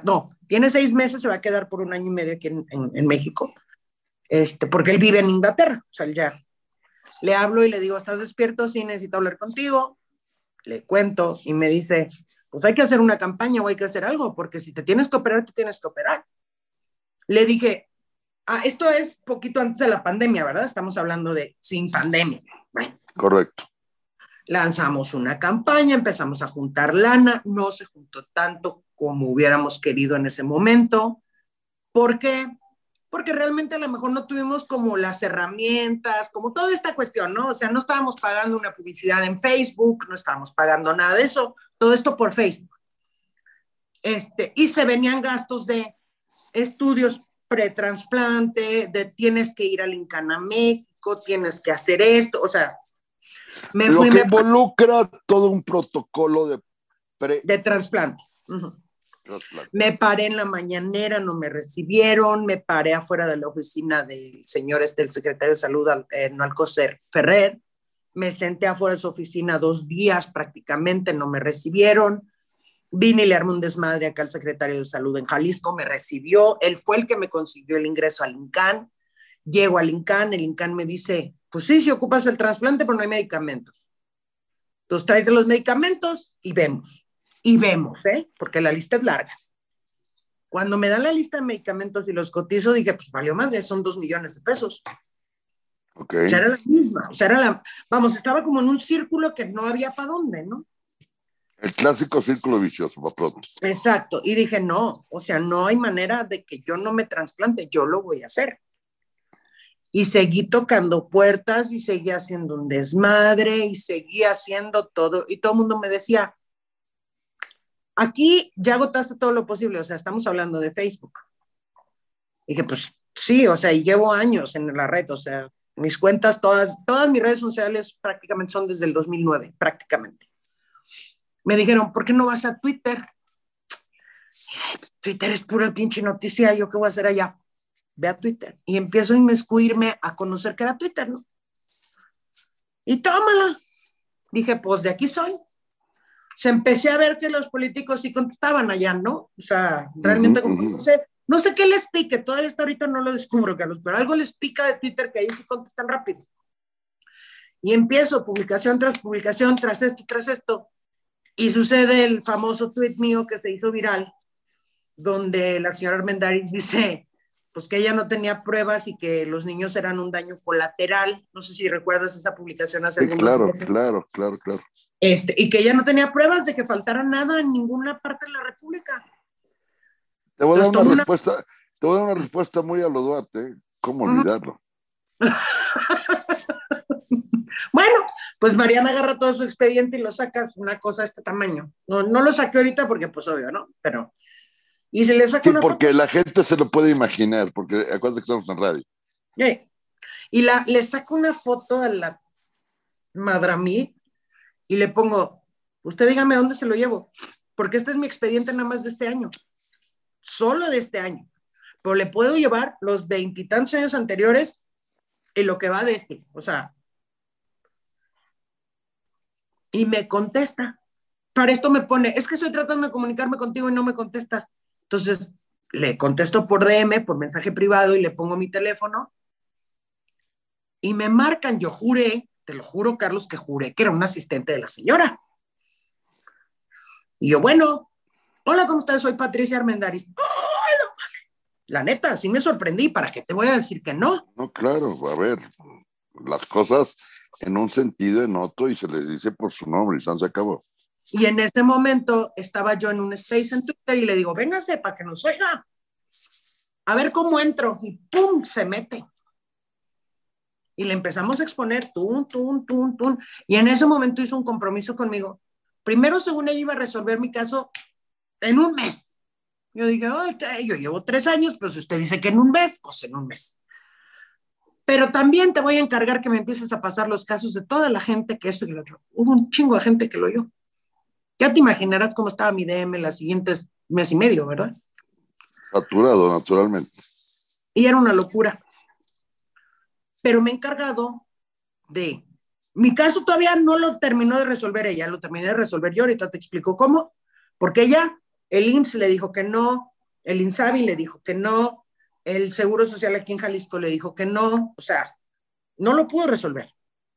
Speaker 2: tiene seis meses, se va a quedar por un año y medio aquí en, en, en México, este, porque él vive en Inglaterra, o sea, él ya. Le hablo y le digo, ¿estás despierto? Sí, necesito hablar contigo. Le cuento y me dice, pues hay que hacer una campaña o hay que hacer algo, porque si te tienes que operar, te tienes que operar. Le dije, ah, esto es poquito antes de la pandemia, ¿verdad? Estamos hablando de sin pandemia. Bueno,
Speaker 1: correcto.
Speaker 2: Lanzamos una campaña, empezamos a juntar lana, no se juntó tanto como hubiéramos querido en ese momento. ¿Por qué? Porque realmente a lo mejor no tuvimos como las herramientas, como toda esta cuestión, ¿no? O sea, no estábamos pagando una publicidad en Facebook, no estábamos pagando nada de eso, todo esto por Facebook. Este, y se venían gastos de estudios pretransplante, de tienes que ir al INCAN a México, tienes que hacer esto, o sea, me
Speaker 1: Lo
Speaker 2: fui...
Speaker 1: que
Speaker 2: me...
Speaker 1: involucra todo un protocolo de pre...
Speaker 2: De trasplante. Uh-huh. Me paré en la mañanera, no me recibieron, me paré afuera de la oficina del señor, este, el secretario de Salud, eh, no Alcocer Ferrer, me senté afuera de su oficina dos días prácticamente, no me recibieron, vine y le armé un desmadre acá al secretario de Salud en Jalisco, me recibió, él fue el que me consiguió el ingreso al INCAN, llego al INCAN, el INCAN me dice, pues sí, si ocupas el trasplante, pero no hay medicamentos. Entonces tráete los medicamentos y vemos. Y vemos, ¿eh? Porque la lista es larga. Cuando me dan la lista de medicamentos y los cotizo, dije, pues valió madre, son dos millones de pesos.
Speaker 1: Okay.
Speaker 2: O sea, era la misma. O sea, era la, vamos, estaba como en un círculo que no había para dónde, ¿no?
Speaker 1: El clásico círculo vicioso, para pronto.
Speaker 2: Exacto. Y dije, no, o sea, no hay manera de que yo no me trasplante, yo lo voy a hacer. Y seguí tocando puertas y seguí haciendo un desmadre y seguí haciendo todo. Y todo el mundo me decía, aquí ya agotaste todo lo posible, o sea, estamos hablando de Facebook. Y dije, pues sí, o sea, y llevo años en la red, o sea, mis cuentas, todas, todas mis redes sociales prácticamente son desde el dos mil nueve, prácticamente. Me dijeron, ¿por qué no vas a Twitter? Twitter es pura pinche noticia, ¿yo qué voy a hacer allá? Ve a Twitter. Y empiezo a inmiscuirme a conocer qué era Twitter, ¿no? Y tómala. Dije, pues de aquí soy. Se empecé a ver que los políticos sí contestaban allá, ¿no? O sea, realmente, uh-huh, como, uh-huh. no sé, no sé qué les pique, todavía hasta ahorita no lo descubro, Carlos, pero algo les pica de Twitter que ahí sí contestan rápido. Y empiezo publicación tras publicación, tras esto, tras esto, y sucede el famoso tweet mío que se hizo viral, donde la señora Armendáriz dice, pues que ella no tenía pruebas y que los niños eran un daño colateral. No sé si recuerdas esa publicación hace
Speaker 1: sí,
Speaker 2: algunos
Speaker 1: claro,
Speaker 2: meses.
Speaker 1: claro, claro, claro.
Speaker 2: Este, y que ella no tenía pruebas de que faltara nada en ninguna parte de la República.
Speaker 1: Te voy a dar una, una respuesta, te voy a dar una respuesta muy a lo Duarte, ¿eh? ¿Cómo olvidarlo?
Speaker 2: Bueno, pues Mariana agarra todo su expediente y lo sacas una cosa de este tamaño. No, no lo saqué ahorita porque, pues, obvio, ¿no? Pero... Y se le saca
Speaker 1: sí,
Speaker 2: una
Speaker 1: porque
Speaker 2: foto.
Speaker 1: La gente se lo puede imaginar, porque acuérdate que estamos en radio.
Speaker 2: Sí. Y la, le saco una foto a la madramí y le pongo, usted dígame dónde se lo llevo, porque este es mi expediente nada más de este año, solo de este año, pero le puedo llevar los veintitantos años anteriores y lo que va de este, o sea, y me contesta. Para esto me pone, es que estoy tratando de comunicarme contigo y no me contestas. Entonces, le contesto por D M, por mensaje privado, y le pongo mi teléfono, y me marcan. Yo juré, te lo juro, Carlos, que juré que era un asistente de la señora. Y yo, bueno, hola, ¿cómo estás? Soy Patricia Armendáriz. ¡Oh, no! La neta, sí me sorprendí, ¿para qué te voy a decir que no?
Speaker 1: No, claro, a ver, las cosas en un sentido, en otro, y se les dice por su nombre, y se acabó.
Speaker 2: Y en ese momento estaba yo en un space en Twitter y le digo, véngase para que nos oiga. A ver cómo entro. Y pum, se mete. Y le empezamos a exponer, tun, tun, tun, tun. Y en ese momento hizo un compromiso conmigo. Primero, según ella, iba a resolver mi caso en un mes. Yo dije, oh, yo llevo tres años, pero si usted dice que en un mes, pues en un mes. Pero también te voy a encargar que me empieces a pasar los casos de toda la gente que esto y lo otro. Hubo un chingo de gente que lo oyó. Ya te imaginarás cómo estaba mi D M las siguientes mes y medio, ¿verdad?
Speaker 1: Saturado, naturalmente.
Speaker 2: Y era una locura. Pero me he encargado de... Mi caso todavía no lo terminó de resolver ella, lo terminé de resolver yo, ahorita te explico cómo. Porque ella, el I M S S le dijo que no, el INSABI le dijo que no, el Seguro Social aquí en Jalisco le dijo que no, o sea, no lo pudo resolver.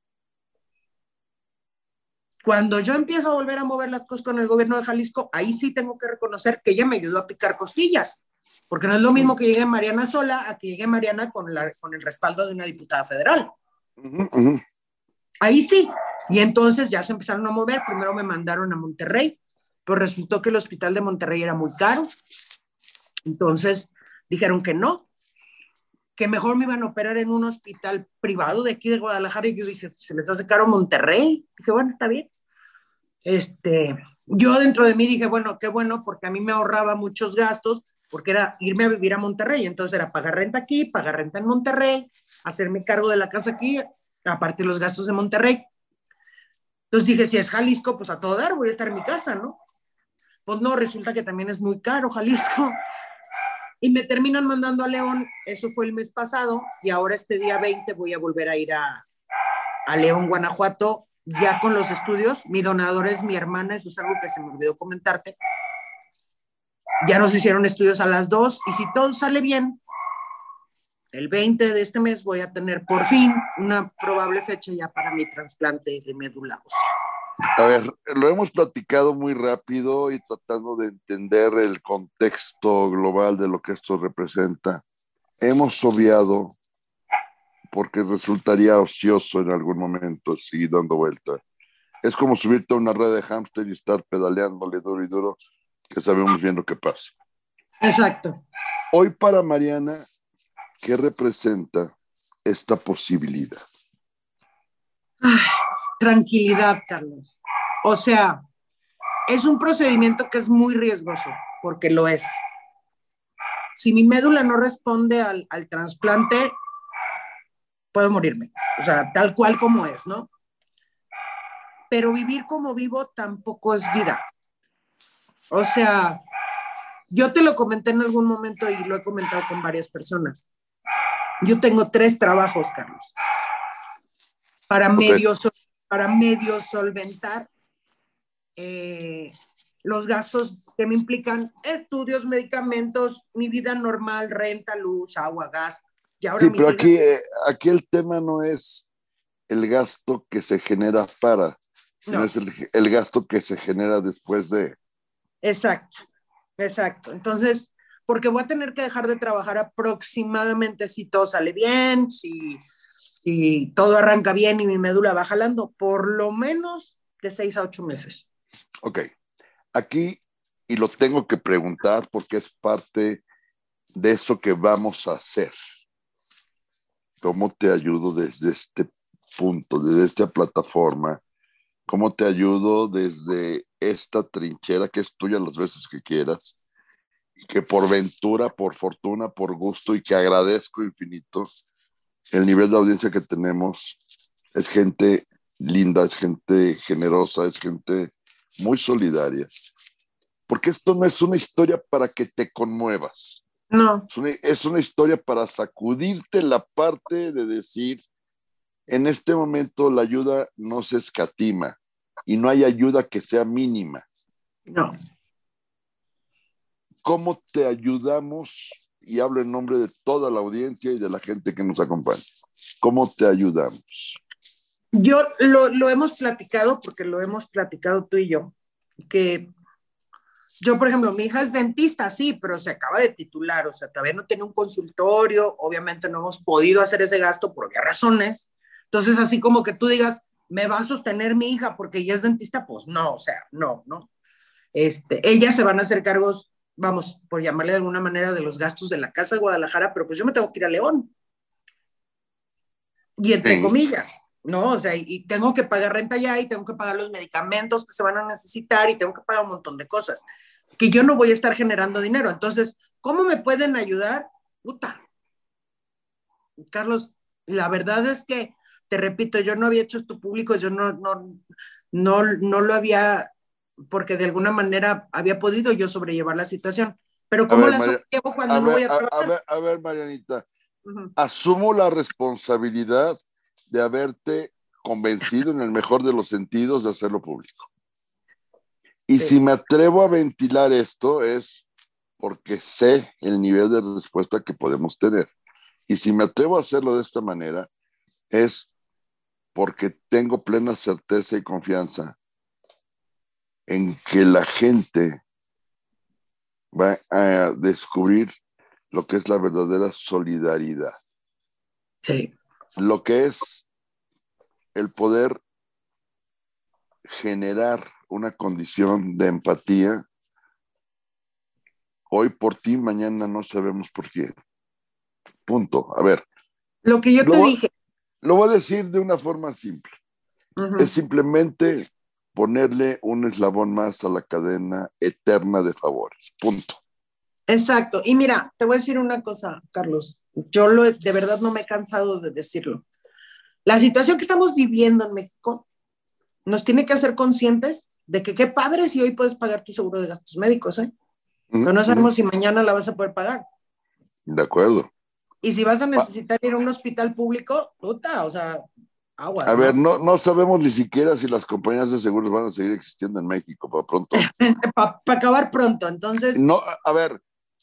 Speaker 2: Cuando yo empiezo a volver a mover las cosas con el gobierno de Jalisco, ahí sí tengo que reconocer que ella me ayudó a picar costillas, porque no es lo mismo que llegue Mariana sola a que llegue Mariana con, la, con el respaldo de una diputada federal. Uh-huh, uh-huh. Ahí sí, y entonces ya se empezaron a mover, primero me mandaron a Monterrey, pero resultó que el hospital de Monterrey era muy caro, entonces dijeron que no, que mejor me iban a operar en un hospital privado de aquí de Guadalajara, y yo dije, se les hace caro Monterrey, dije, bueno, está bien. Este, yo dentro de mí dije, bueno, qué bueno, porque a mí me ahorraba muchos gastos, porque era irme a vivir a Monterrey, entonces era pagar renta aquí, pagar renta en Monterrey, hacerme cargo de la casa aquí, aparte los gastos de Monterrey. Entonces dije, si es Jalisco, pues a todo dar, voy a estar en mi casa, ¿no? Pues no, resulta que también es muy caro Jalisco. Y me terminan mandando a León, eso fue el mes pasado, y ahora este día veinte voy a volver a ir a, a León, Guanajuato, ya con los estudios. Mi donador es mi hermana, eso es algo que se me olvidó comentarte. Ya nos hicieron estudios a las dos, y si todo sale bien, el veinte de este mes voy a tener por fin una probable fecha ya para mi trasplante de médula ósea.
Speaker 1: A ver, lo hemos platicado muy rápido y tratando de entender el contexto global de lo que esto representa. Hemos obviado, porque resultaría ocioso en algún momento seguir dando vuelta. Es como subirte a una red de hámster y estar pedaleándole duro y duro, que sabemos bien lo que pasa.
Speaker 2: Exacto.
Speaker 1: Hoy para Mariana, ¿qué representa esta posibilidad?
Speaker 2: Ay, tranquilidad, Carlos. O sea, es un procedimiento que es muy riesgoso, porque lo es. Si mi médula no responde al, al trasplante, puedo morirme. O sea, tal cual como es, ¿no? Pero vivir como vivo tampoco es vida. O sea, yo te lo comenté en algún momento y lo he comentado con varias personas. Yo tengo tres trabajos, Carlos, para, okay. medio, para medio solventar eh, los gastos que me implican estudios, medicamentos, mi vida normal, renta, luz, agua, gas. Y ahora
Speaker 1: sí, pero
Speaker 2: hijas...
Speaker 1: aquí, eh, aquí el tema no es el gasto que se genera para, sino no. es el, el gasto que se genera después de.
Speaker 2: Exacto, exacto. Entonces, porque voy a tener que dejar de trabajar aproximadamente, si todo sale bien, si, si todo arranca bien y mi médula va jalando, por lo menos de seis a ocho meses.
Speaker 1: Ok, aquí, y lo tengo que preguntar porque es parte de eso que vamos a hacer. ¿Cómo te ayudo desde este punto, desde esta plataforma? ¿Cómo te ayudo desde esta trinchera que es tuya las veces que quieras? Y que por ventura, por fortuna, por gusto, y que agradezco infinito el nivel de audiencia que tenemos. Es gente linda, es gente generosa, es gente muy solidaria. Porque esto no es una historia para que te conmuevas.
Speaker 2: No.
Speaker 1: Es una, es una historia para sacudirte la parte de decir, en este momento la ayuda no se escatima y no hay ayuda que sea mínima.
Speaker 2: No.
Speaker 1: ¿Cómo te ayudamos? Y hablo en nombre de toda la audiencia y de la gente que nos acompaña. ¿Cómo te ayudamos?
Speaker 2: Yo lo, lo hemos platicado, porque lo hemos platicado tú y yo, que yo, por ejemplo, mi hija es dentista, sí, pero se acaba de titular, o sea, todavía no tiene un consultorio, obviamente no hemos podido hacer ese gasto por obvias razones. Entonces, así como que tú digas, ¿me va a sostener mi hija porque ella es dentista? Pues no, o sea, no, no. Este, ellas se van a hacer cargos, vamos, por llamarle de alguna manera, de los gastos de la casa de Guadalajara, pero pues yo me tengo que ir a León. Y entre sí. comillas, ¿no? O sea, y tengo que pagar renta allá y tengo que pagar los medicamentos que se van a necesitar y tengo que pagar un montón de cosas que yo no voy a estar generando dinero. Entonces, ¿cómo me pueden ayudar? Puta. Carlos, la verdad es que, te repito, yo no había hecho esto público, yo no, no, no, no lo había, porque de alguna manera había podido yo sobrellevar la situación. Pero ¿cómo ver, la
Speaker 1: Maria,
Speaker 2: sobrellevo cuando
Speaker 1: a
Speaker 2: no
Speaker 1: ver,
Speaker 2: voy a
Speaker 1: trabajar?
Speaker 2: trabajar?
Speaker 1: A ver, a ver, Marianita, uh-huh. Asumo la responsabilidad de haberte convencido en el mejor de los sentidos de hacerlo público. Y sí. Si me atrevo a ventilar esto es porque sé el nivel de respuesta que podemos tener. Y si me atrevo a hacerlo de esta manera, es porque tengo plena certeza y confianza en que la gente va a descubrir lo que es la verdadera solidaridad.
Speaker 2: Sí.
Speaker 1: Lo que es el poder generar una condición de empatía. Hoy por ti, mañana no sabemos por qué. Punto. A ver.
Speaker 2: Lo que yo
Speaker 1: Lo,
Speaker 2: te
Speaker 1: voy-
Speaker 2: dije.
Speaker 1: lo voy a decir de una forma simple.
Speaker 2: Uh-huh.
Speaker 1: Es simplemente ponerle un eslabón más a la cadena eterna de favores. Punto.
Speaker 2: Exacto. Y mira, te voy a decir una cosa, Carlos. Yo lo, de verdad no me he cansado de decirlo. La situación que estamos viviendo en México nos tiene que hacer conscientes de que qué padre si hoy puedes pagar tu seguro de gastos médicos, ¿eh? Pero no sabemos si mañana la vas a poder pagar.
Speaker 1: De acuerdo.
Speaker 2: Y si vas a necesitar ir a un hospital público, puta, o sea, aguas,
Speaker 1: A ver,
Speaker 2: ¿no?
Speaker 1: no, no sabemos ni siquiera si las compañías de seguros van a seguir existiendo en México para pronto.
Speaker 2: Para pa acabar pronto, entonces.
Speaker 1: No, a ver,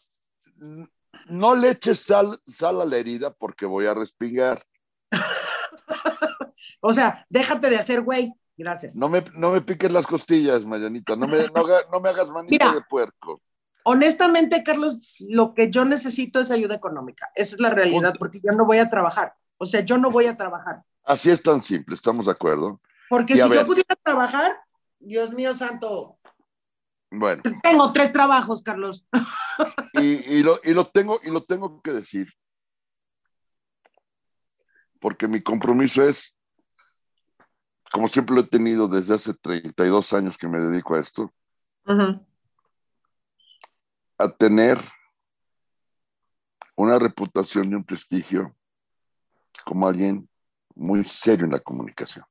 Speaker 1: no le eches sal, sal a la herida porque voy a respingar.
Speaker 2: O sea, déjate de hacer güey. Gracias.
Speaker 1: No me, no me piques las costillas, Marianita. No me, no, no me hagas manita
Speaker 2: Mira,
Speaker 1: de puerco.
Speaker 2: Honestamente, Carlos, lo que yo necesito es ayuda económica. Esa es la realidad,
Speaker 1: Punto.
Speaker 2: porque yo no voy a trabajar. O sea, yo no voy a trabajar.
Speaker 1: Así es tan simple, estamos de acuerdo.
Speaker 2: Porque
Speaker 1: Y
Speaker 2: si
Speaker 1: a ver,
Speaker 2: yo pudiera trabajar, Dios mío santo,
Speaker 1: bueno,
Speaker 2: tengo tres trabajos, Carlos.
Speaker 1: y, y, lo, y, lo tengo, y lo tengo que decir, porque mi compromiso es, como siempre lo he tenido desde hace treinta y dos años que me dedico a esto,
Speaker 2: Uh-huh.
Speaker 1: a tener una reputación y un prestigio como alguien muy serio en la comunicación.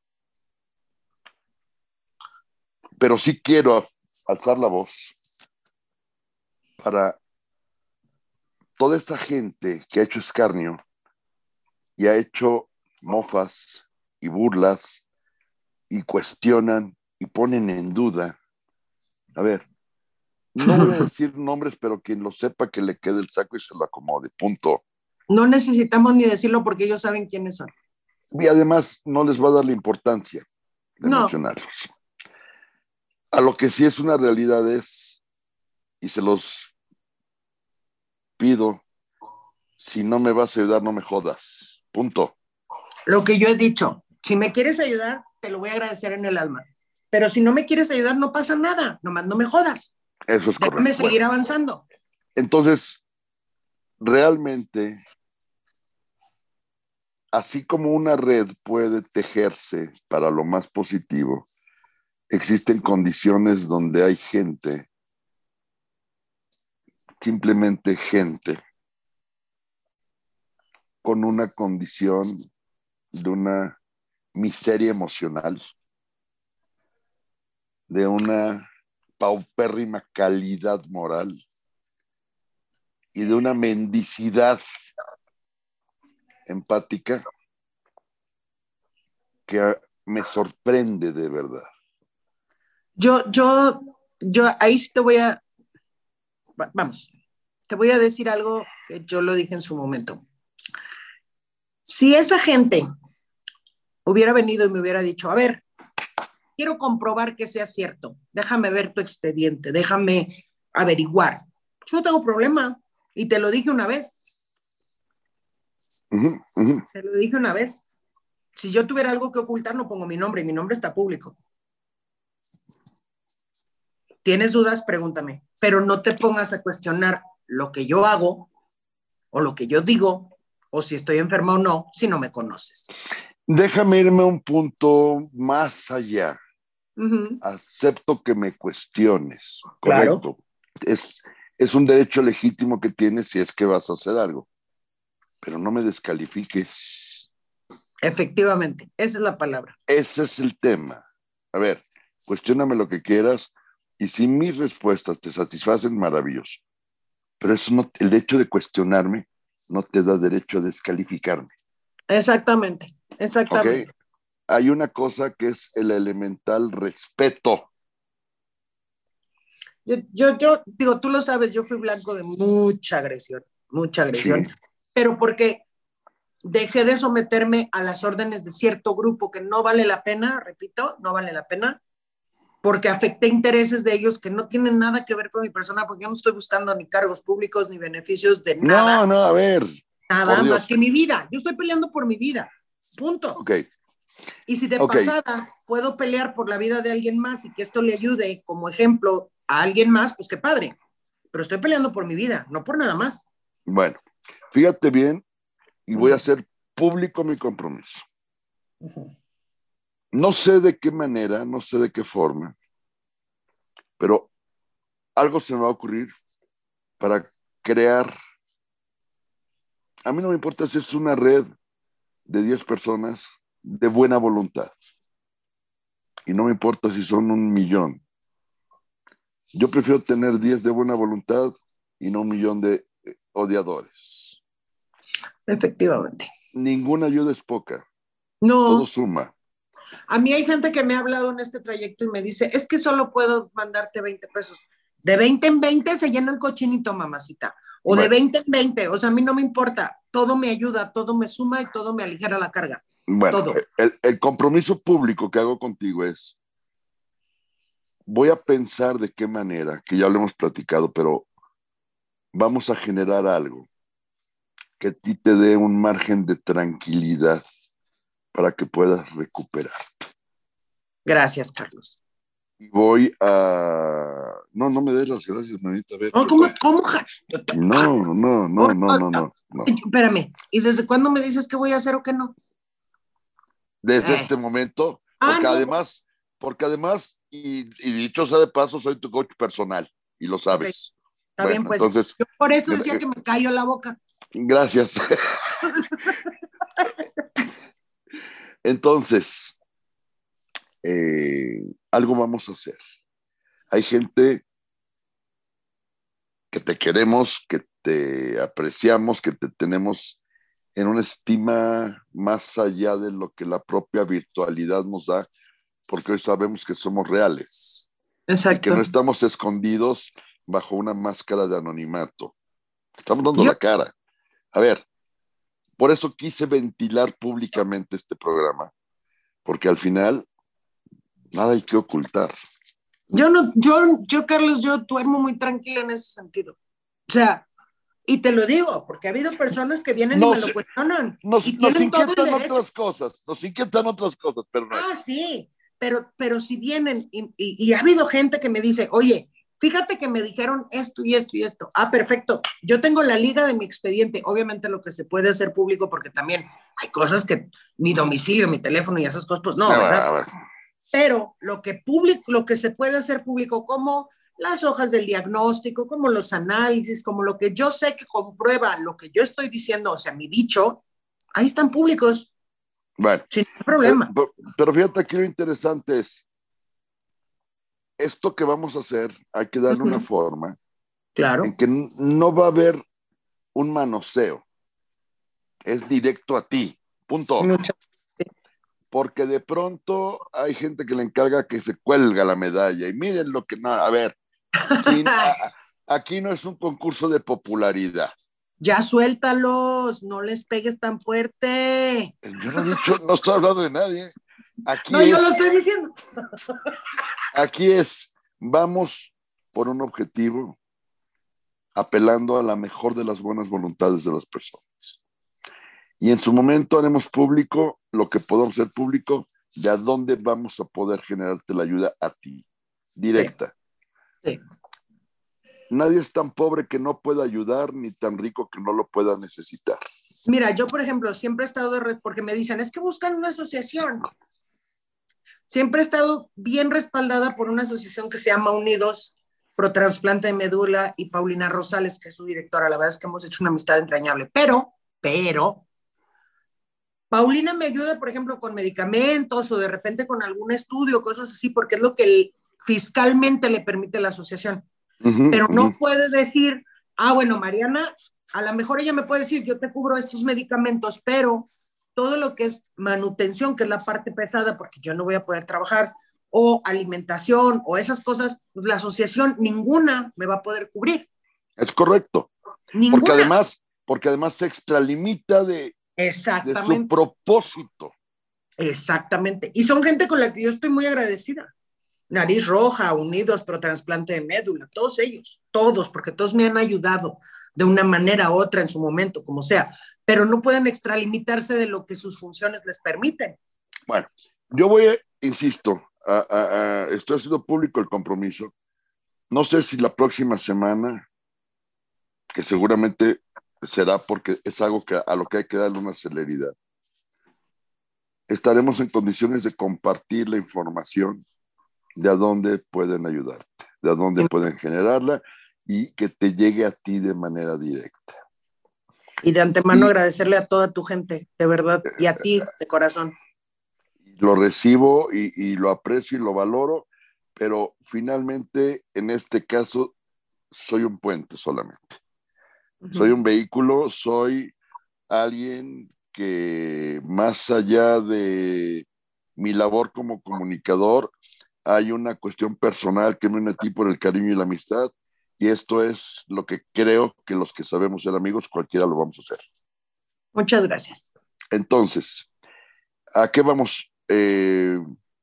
Speaker 1: Pero sí quiero alzar la voz para toda esa gente que ha hecho escarnio y ha hecho mofas y burlas y cuestionan y ponen en duda. A ver, no voy a decir nombres, pero quien lo sepa que le quede el saco y se lo acomode, punto.
Speaker 2: No necesitamos ni decirlo porque ellos saben quiénes son.
Speaker 1: Y además no les va a dar la importancia de
Speaker 2: No.
Speaker 1: mencionarlos. A lo que sí es una realidad es, y se los pido, si no me vas a ayudar, no me jodas, punto.
Speaker 2: Lo que yo he dicho, si me quieres ayudar, te lo voy a agradecer en el alma. Pero si no me quieres ayudar, no pasa nada, nomás no me jodas.
Speaker 1: Eso es correcto.
Speaker 2: Déjame seguir
Speaker 1: bueno,
Speaker 2: avanzando.
Speaker 1: Entonces, realmente, así como una red puede tejerse para lo más positivo, existen condiciones donde hay gente, simplemente gente, con una condición de una miseria emocional, de una paupérrima calidad moral y de una mendicidad empática que me sorprende de verdad.
Speaker 2: Yo, yo, yo ahí sí te voy a, vamos, te voy a decir algo que yo lo dije en su momento. Si esa gente hubiera venido y me hubiera dicho, a ver, quiero comprobar que sea cierto, déjame ver tu expediente, déjame averiguar. Yo no tengo problema y te lo dije una vez.
Speaker 1: Uh-huh, uh-huh.
Speaker 2: Te lo dije una vez. Si yo tuviera algo que ocultar, no pongo mi nombre y mi nombre está público. ¿Tienes dudas? Pregúntame, pero no te pongas a cuestionar lo que yo hago o lo que yo digo o si estoy enferma o no, si no me conoces.
Speaker 1: Déjame irme a un punto más allá.
Speaker 2: Uh-huh.
Speaker 1: Acepto que me cuestiones,
Speaker 2: Claro.
Speaker 1: correcto. Es, es un derecho legítimo que tienes si es que vas a hacer algo, pero no me descalifiques.
Speaker 2: Efectivamente, esa es la palabra.
Speaker 1: Ese es el tema. A ver, cuestióname lo que quieras y si mis respuestas te satisfacen, maravilloso. Pero eso no, el hecho de cuestionarme no te da derecho a descalificarme.
Speaker 2: Exactamente, exactamente.
Speaker 1: ¿Ok? Hay una cosa que es el elemental respeto.
Speaker 2: Yo, yo, yo, digo, tú lo sabes, yo fui blanco de mucha agresión, mucha agresión,
Speaker 1: Sí.
Speaker 2: pero porque dejé de someterme a las órdenes de cierto grupo que no vale la pena, repito, no vale la pena, porque afecté intereses de ellos que no tienen nada que ver con mi persona, porque yo no estoy buscando ni cargos públicos ni beneficios de
Speaker 1: No,
Speaker 2: nada,
Speaker 1: no, a ver, por
Speaker 2: nada más que
Speaker 1: Dios.
Speaker 2: mi vida. Yo estoy peleando por mi vida, punto.
Speaker 1: Ok,
Speaker 2: Y si de
Speaker 1: ok,
Speaker 2: pasada puedo pelear por la vida de alguien más y que esto le ayude como ejemplo a alguien más, pues qué padre. Pero estoy peleando por mi vida, no por nada más.
Speaker 1: bueno, fíjate bien y voy a
Speaker 2: Uh
Speaker 1: hacer público mi compromiso.
Speaker 2: -huh.
Speaker 1: No sé de qué manera, no sé de qué forma, pero algo se me va a ocurrir para crear, a mí no me importa si es una red de diez personas de buena voluntad, y no me importa si son un millón. Yo prefiero tener diez de buena voluntad y no un millón de odiadores.
Speaker 2: Efectivamente.
Speaker 1: Ninguna ayuda es poca, todo
Speaker 2: No,
Speaker 1: suma.
Speaker 2: a mí hay gente que me ha hablado en este trayecto y me dice, es que solo puedo mandarte veinte pesos. De veinte en veinte se llena el cochinito, mamacita. O de
Speaker 1: Bueno,
Speaker 2: veinte en veinte, o sea, a mí no me importa. Todo me ayuda, todo me suma y todo me aligera la carga.
Speaker 1: bueno,
Speaker 2: Todo.
Speaker 1: el, el compromiso público que hago contigo es, voy a pensar de qué manera, que ya lo hemos platicado, pero vamos a generar algo que a ti te dé un margen de tranquilidad para que puedas recuperar.
Speaker 2: Gracias, Carlos.
Speaker 1: Y voy a... No, no me des las gracias, manita. A ver,
Speaker 2: Oh, ¿cómo?
Speaker 1: perdón.
Speaker 2: ¿Cómo?
Speaker 1: No, no,
Speaker 2: Oh,
Speaker 1: no, no,
Speaker 2: oh,
Speaker 1: no,
Speaker 2: oh.
Speaker 1: no, no.
Speaker 2: Espérame, ¿y desde cuándo me dices qué voy a hacer o qué no?
Speaker 1: Desde
Speaker 2: Eh.
Speaker 1: este momento,
Speaker 2: Ah,
Speaker 1: porque
Speaker 2: no, pues,
Speaker 1: además, porque además, y, y dicho sea de paso, soy tu coach personal y lo
Speaker 2: ok,
Speaker 1: sabes.
Speaker 2: está bien,
Speaker 1: Bueno,
Speaker 2: pues.
Speaker 1: entonces,
Speaker 2: Yo por eso decía que me cayó la boca.
Speaker 1: gracias. Entonces, eh, algo vamos a hacer. Hay gente que te queremos, que te apreciamos, que te tenemos en una estima más allá de lo que la propia virtualidad nos da, porque hoy sabemos que somos reales y que no
Speaker 2: Exacto.
Speaker 1: estamos escondidos bajo una máscara de anonimato. Estamos dando
Speaker 2: Yo,
Speaker 1: la cara. A ver, por eso quise ventilar públicamente este programa, porque al final nada hay que ocultar.
Speaker 2: yo no, yo, yo, Carlos, yo duermo muy tranquila en ese sentido. O sea, y te lo digo, porque ha habido personas que vienen y me
Speaker 1: Nos,
Speaker 2: lo cuestionan
Speaker 1: nos,
Speaker 2: y
Speaker 1: nos
Speaker 2: tienen todo el
Speaker 1: inquietan
Speaker 2: derecho.
Speaker 1: otras cosas, nos inquietan otras cosas, pero no
Speaker 2: Ah,
Speaker 1: es.
Speaker 2: sí, pero, pero si vienen y, y, y ha habido gente que me dice, oye, fíjate que me dijeron esto y esto y esto. Ah, perfecto. Yo tengo la liga de mi expediente. Obviamente lo que se puede hacer público, porque también hay cosas que mi domicilio, mi teléfono y esas cosas, pues no,
Speaker 1: No,
Speaker 2: ¿verdad?
Speaker 1: a ver.
Speaker 2: Pero lo que, público, lo que se puede hacer público, como las hojas del diagnóstico, como los análisis, como lo que yo sé que comprueba lo que yo estoy diciendo, o sea, mi dicho, ahí están públicos,
Speaker 1: Bueno,
Speaker 2: sin
Speaker 1: eh,
Speaker 2: problema.
Speaker 1: pero fíjate aquí lo interesante es, esto que vamos a hacer, hay que darle una forma en
Speaker 2: Claro.
Speaker 1: que no va a haber un manoseo, es directo a ti, punto.
Speaker 2: Muchas.
Speaker 1: Porque de pronto hay gente que le encarga que se cuelga la medalla y miren lo que, no, a ver, aquí, a, aquí no es un concurso de popularidad.
Speaker 2: Ya suéltalos, no les pegues tan fuerte.
Speaker 1: Yo no he dicho, no estoy hablando de nadie. Aquí
Speaker 2: No, yo lo
Speaker 1: es,
Speaker 2: estoy diciendo.
Speaker 1: aquí es, vamos por un objetivo, apelando a la mejor de las buenas voluntades de las personas. Y en su momento haremos público lo que podamos hacer público, de a dónde vamos a poder generarte la ayuda a ti, directa.
Speaker 2: Sí, sí.
Speaker 1: Nadie es tan pobre que no pueda ayudar, ni tan rico que no lo pueda necesitar.
Speaker 2: Mira, yo, por ejemplo, siempre he estado de red, porque me dicen, es que buscan una asociación. Siempre he estado bien respaldada por una asociación que se llama Unidos Pro Trasplante de Médula, y Paulina Rosales, que es su directora. La verdad es que hemos hecho una amistad entrañable. Pero, pero, Paulina me ayuda, por ejemplo, con medicamentos o de repente con algún estudio, cosas así, porque es lo que el, fiscalmente le permite la asociación.
Speaker 1: Uh-huh,
Speaker 2: Pero no
Speaker 1: uh-huh.
Speaker 2: puede decir, ah, bueno, Mariana, a lo mejor ella me puede decir, yo te cubro estos medicamentos, pero todo lo que es manutención, que es la parte pesada, porque yo no voy a poder trabajar, o alimentación o esas cosas, pues la asociación ninguna me va a poder cubrir.
Speaker 1: Es correcto.
Speaker 2: Ninguna.
Speaker 1: Porque además, porque además se extralimita de, de su propósito.
Speaker 2: Exactamente. Y son gente con la que yo estoy muy agradecida. Nariz Roja, Unidos Pro Trasplante de Médula, todos ellos, todos, porque todos me han ayudado de una manera u otra en su momento, como sea, pero no pueden extralimitarse de lo que sus funciones les permiten.
Speaker 1: Bueno, yo voy, a, insisto, a, a, a, estoy haciendo público el compromiso. No sé si la próxima semana, que seguramente será porque es algo que, a lo que hay que darle una celeridad, estaremos en condiciones de compartir la información de a dónde pueden ayudarte, de a dónde pueden generarla y que te llegue a ti de manera directa.
Speaker 2: Y de antemano y, agradecerle a toda tu gente, de verdad, y a ti de corazón.
Speaker 1: Lo recibo y, y lo aprecio y lo valoro, pero finalmente en este caso soy un puente solamente. Uh-huh. Soy un vehículo, soy alguien que más allá de mi labor como comunicador, hay una cuestión personal que me une a ti por el cariño y la amistad, y esto es lo que creo que los que sabemos ser amigos, cualquiera lo vamos a hacer.
Speaker 2: Muchas gracias.
Speaker 1: Entonces, ¿a qué vamos? Eh,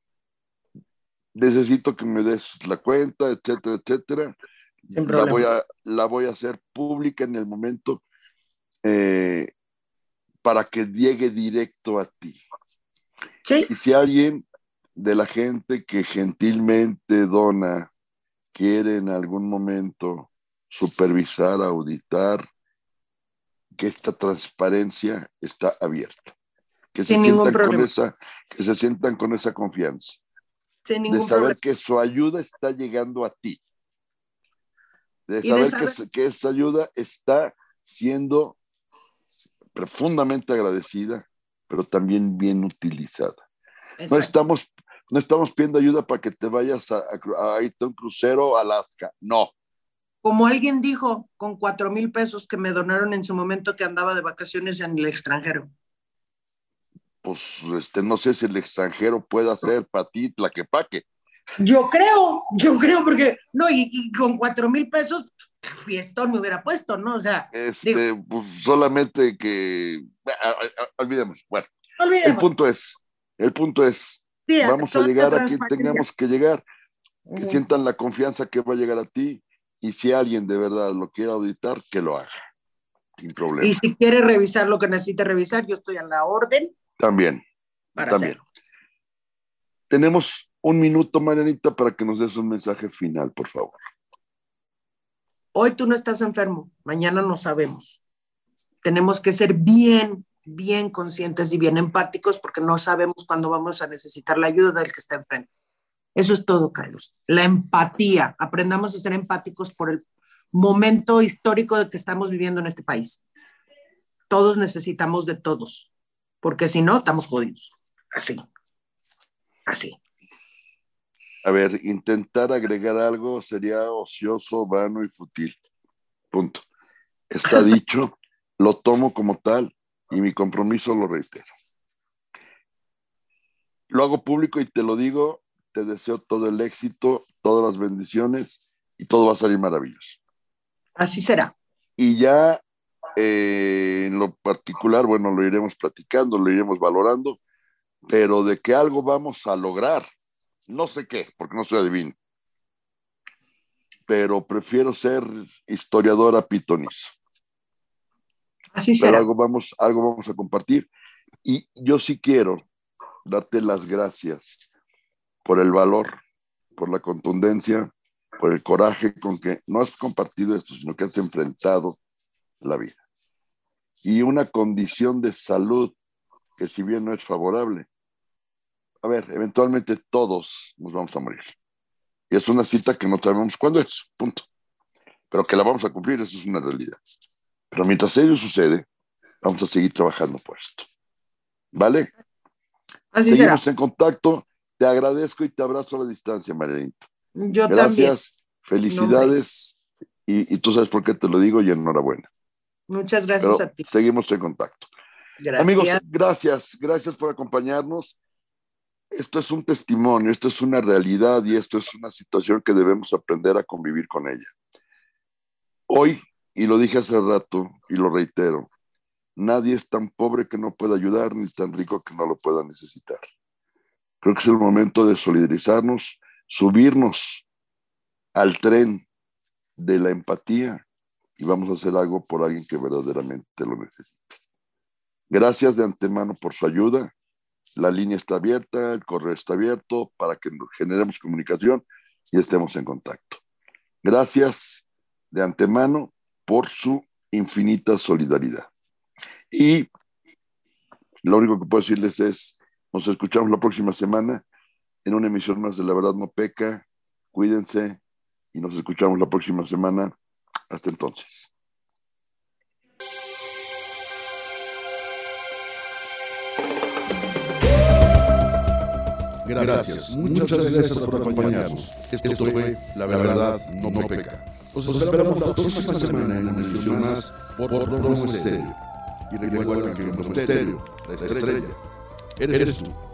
Speaker 1: necesito que me des la cuenta, etcétera, etcétera. La voy, a, la voy a hacer pública en el momento eh, para que llegue directo a ti.
Speaker 2: Sí.
Speaker 1: Y si alguien de la gente que gentilmente dona quiere en algún momento supervisar, auditar, que esta transparencia está abierta, que se,
Speaker 2: Sin
Speaker 1: sientan
Speaker 2: ningún
Speaker 1: con esa, que se sientan con esa confianza,
Speaker 2: Sin ningún
Speaker 1: de saber
Speaker 2: problema.
Speaker 1: que su ayuda está llegando a ti, de
Speaker 2: Y
Speaker 1: saber,
Speaker 2: de saber...
Speaker 1: Que, que esa ayuda está siendo profundamente agradecida, pero también bien utilizada. Exacto. No estamos, no estamos pidiendo ayuda para que te vayas a, a, a irte a un crucero a Alaska, no.
Speaker 2: Como alguien dijo, con cuatro mil pesos que me donaron en su momento que andaba de vacaciones en el extranjero.
Speaker 1: Pues este, no sé si el extranjero pueda hacer para ti tlaquepaque.
Speaker 2: Yo creo, yo creo, porque no, y, y con cuatro mil pesos, fiestón me hubiera puesto, ¿no? O sea,
Speaker 1: este, digo, pues solamente que a, a, a, olvidemos. Bueno,
Speaker 2: olvidemos.
Speaker 1: el punto es, el punto es, sí, vamos a llegar a quien tengamos que llegar, que uh-huh. sientan la confianza que va a llegar a ti, y si alguien de verdad lo quiere auditar, que lo haga, sin problema.
Speaker 2: Y si quiere revisar lo que necesite revisar, yo estoy a la orden.
Speaker 1: También,
Speaker 2: para
Speaker 1: también.
Speaker 2: Hacerlo.
Speaker 1: Tenemos un minuto, Marianita, para que nos des un mensaje final, por favor.
Speaker 2: Hoy tú no estás enfermo, mañana no sabemos. Tenemos que ser bien, bien conscientes y bien empáticos porque no sabemos cuándo vamos a necesitar la ayuda del que está enfrente. Eso es todo, Carlos. La empatía. Aprendamos a ser empáticos por el momento histórico de que estamos viviendo en este país. Todos necesitamos de todos, porque si no, estamos jodidos. Así. Así.
Speaker 1: A ver, intentar agregar algo sería ocioso, vano y fútil. Punto. Está dicho, lo tomo como tal y mi compromiso lo reitero. Lo hago público y te lo digo, te deseo todo el éxito, todas las bendiciones y todo va a salir maravilloso.
Speaker 2: Así será.
Speaker 1: Y ya eh, en lo particular, bueno, lo iremos platicando, lo iremos valorando, pero de que algo vamos a lograr, no sé qué, porque no soy adivino, pero prefiero ser historiadora pitonizo.
Speaker 2: Así será.
Speaker 1: Pero algo vamos, algo vamos a compartir. Y yo sí quiero darte las gracias por el valor, por la contundencia, por el coraje con que no has compartido esto, sino que has enfrentado la vida. Y una condición de salud que si bien no es favorable, a ver, eventualmente todos nos vamos a morir. Y es una cita que no sabemos cuándo es, punto. Pero que la vamos a cumplir, eso es una realidad. Pero mientras ello sucede, vamos a seguir trabajando por esto. ¿Vale?
Speaker 2: Así
Speaker 1: Seguimos
Speaker 2: será.
Speaker 1: en contacto. Te agradezco y te abrazo a la distancia, Marianita.
Speaker 2: Yo
Speaker 1: Gracias,
Speaker 2: también.
Speaker 1: felicidades. No, y, y tú sabes por qué te lo digo y enhorabuena.
Speaker 2: Muchas gracias
Speaker 1: Pero
Speaker 2: a ti.
Speaker 1: Seguimos en contacto.
Speaker 2: Gracias.
Speaker 1: Amigos, gracias. Gracias por acompañarnos. esto es un testimonio, esto es una realidad y esto es una situación que debemos aprender a convivir con ella. Hoy, y lo dije hace rato y lo reitero, nadie es tan pobre que no pueda ayudar ni tan rico que no lo pueda necesitar. Creo que es el momento de solidarizarnos, subirnos al tren de la empatía y vamos a hacer algo por alguien que verdaderamente lo necesita. Gracias de antemano por su ayuda. La línea está abierta, el correo está abierto para que generemos comunicación y estemos en contacto. Gracias de antemano por su infinita solidaridad. Y lo único que puedo decirles es, nos escuchamos la próxima semana en una emisión más de La Verdad No Peca. Cuídense y nos escuchamos la próxima semana. Hasta entonces.
Speaker 3: Gracias, muchas gracias por acompañarnos. Esto fue La Verdad No Peca. Nos esperamos la próxima semana en una emisión más por Promo Estéreo. Y recuerda que Promo Estéreo, la estrella, eres tú.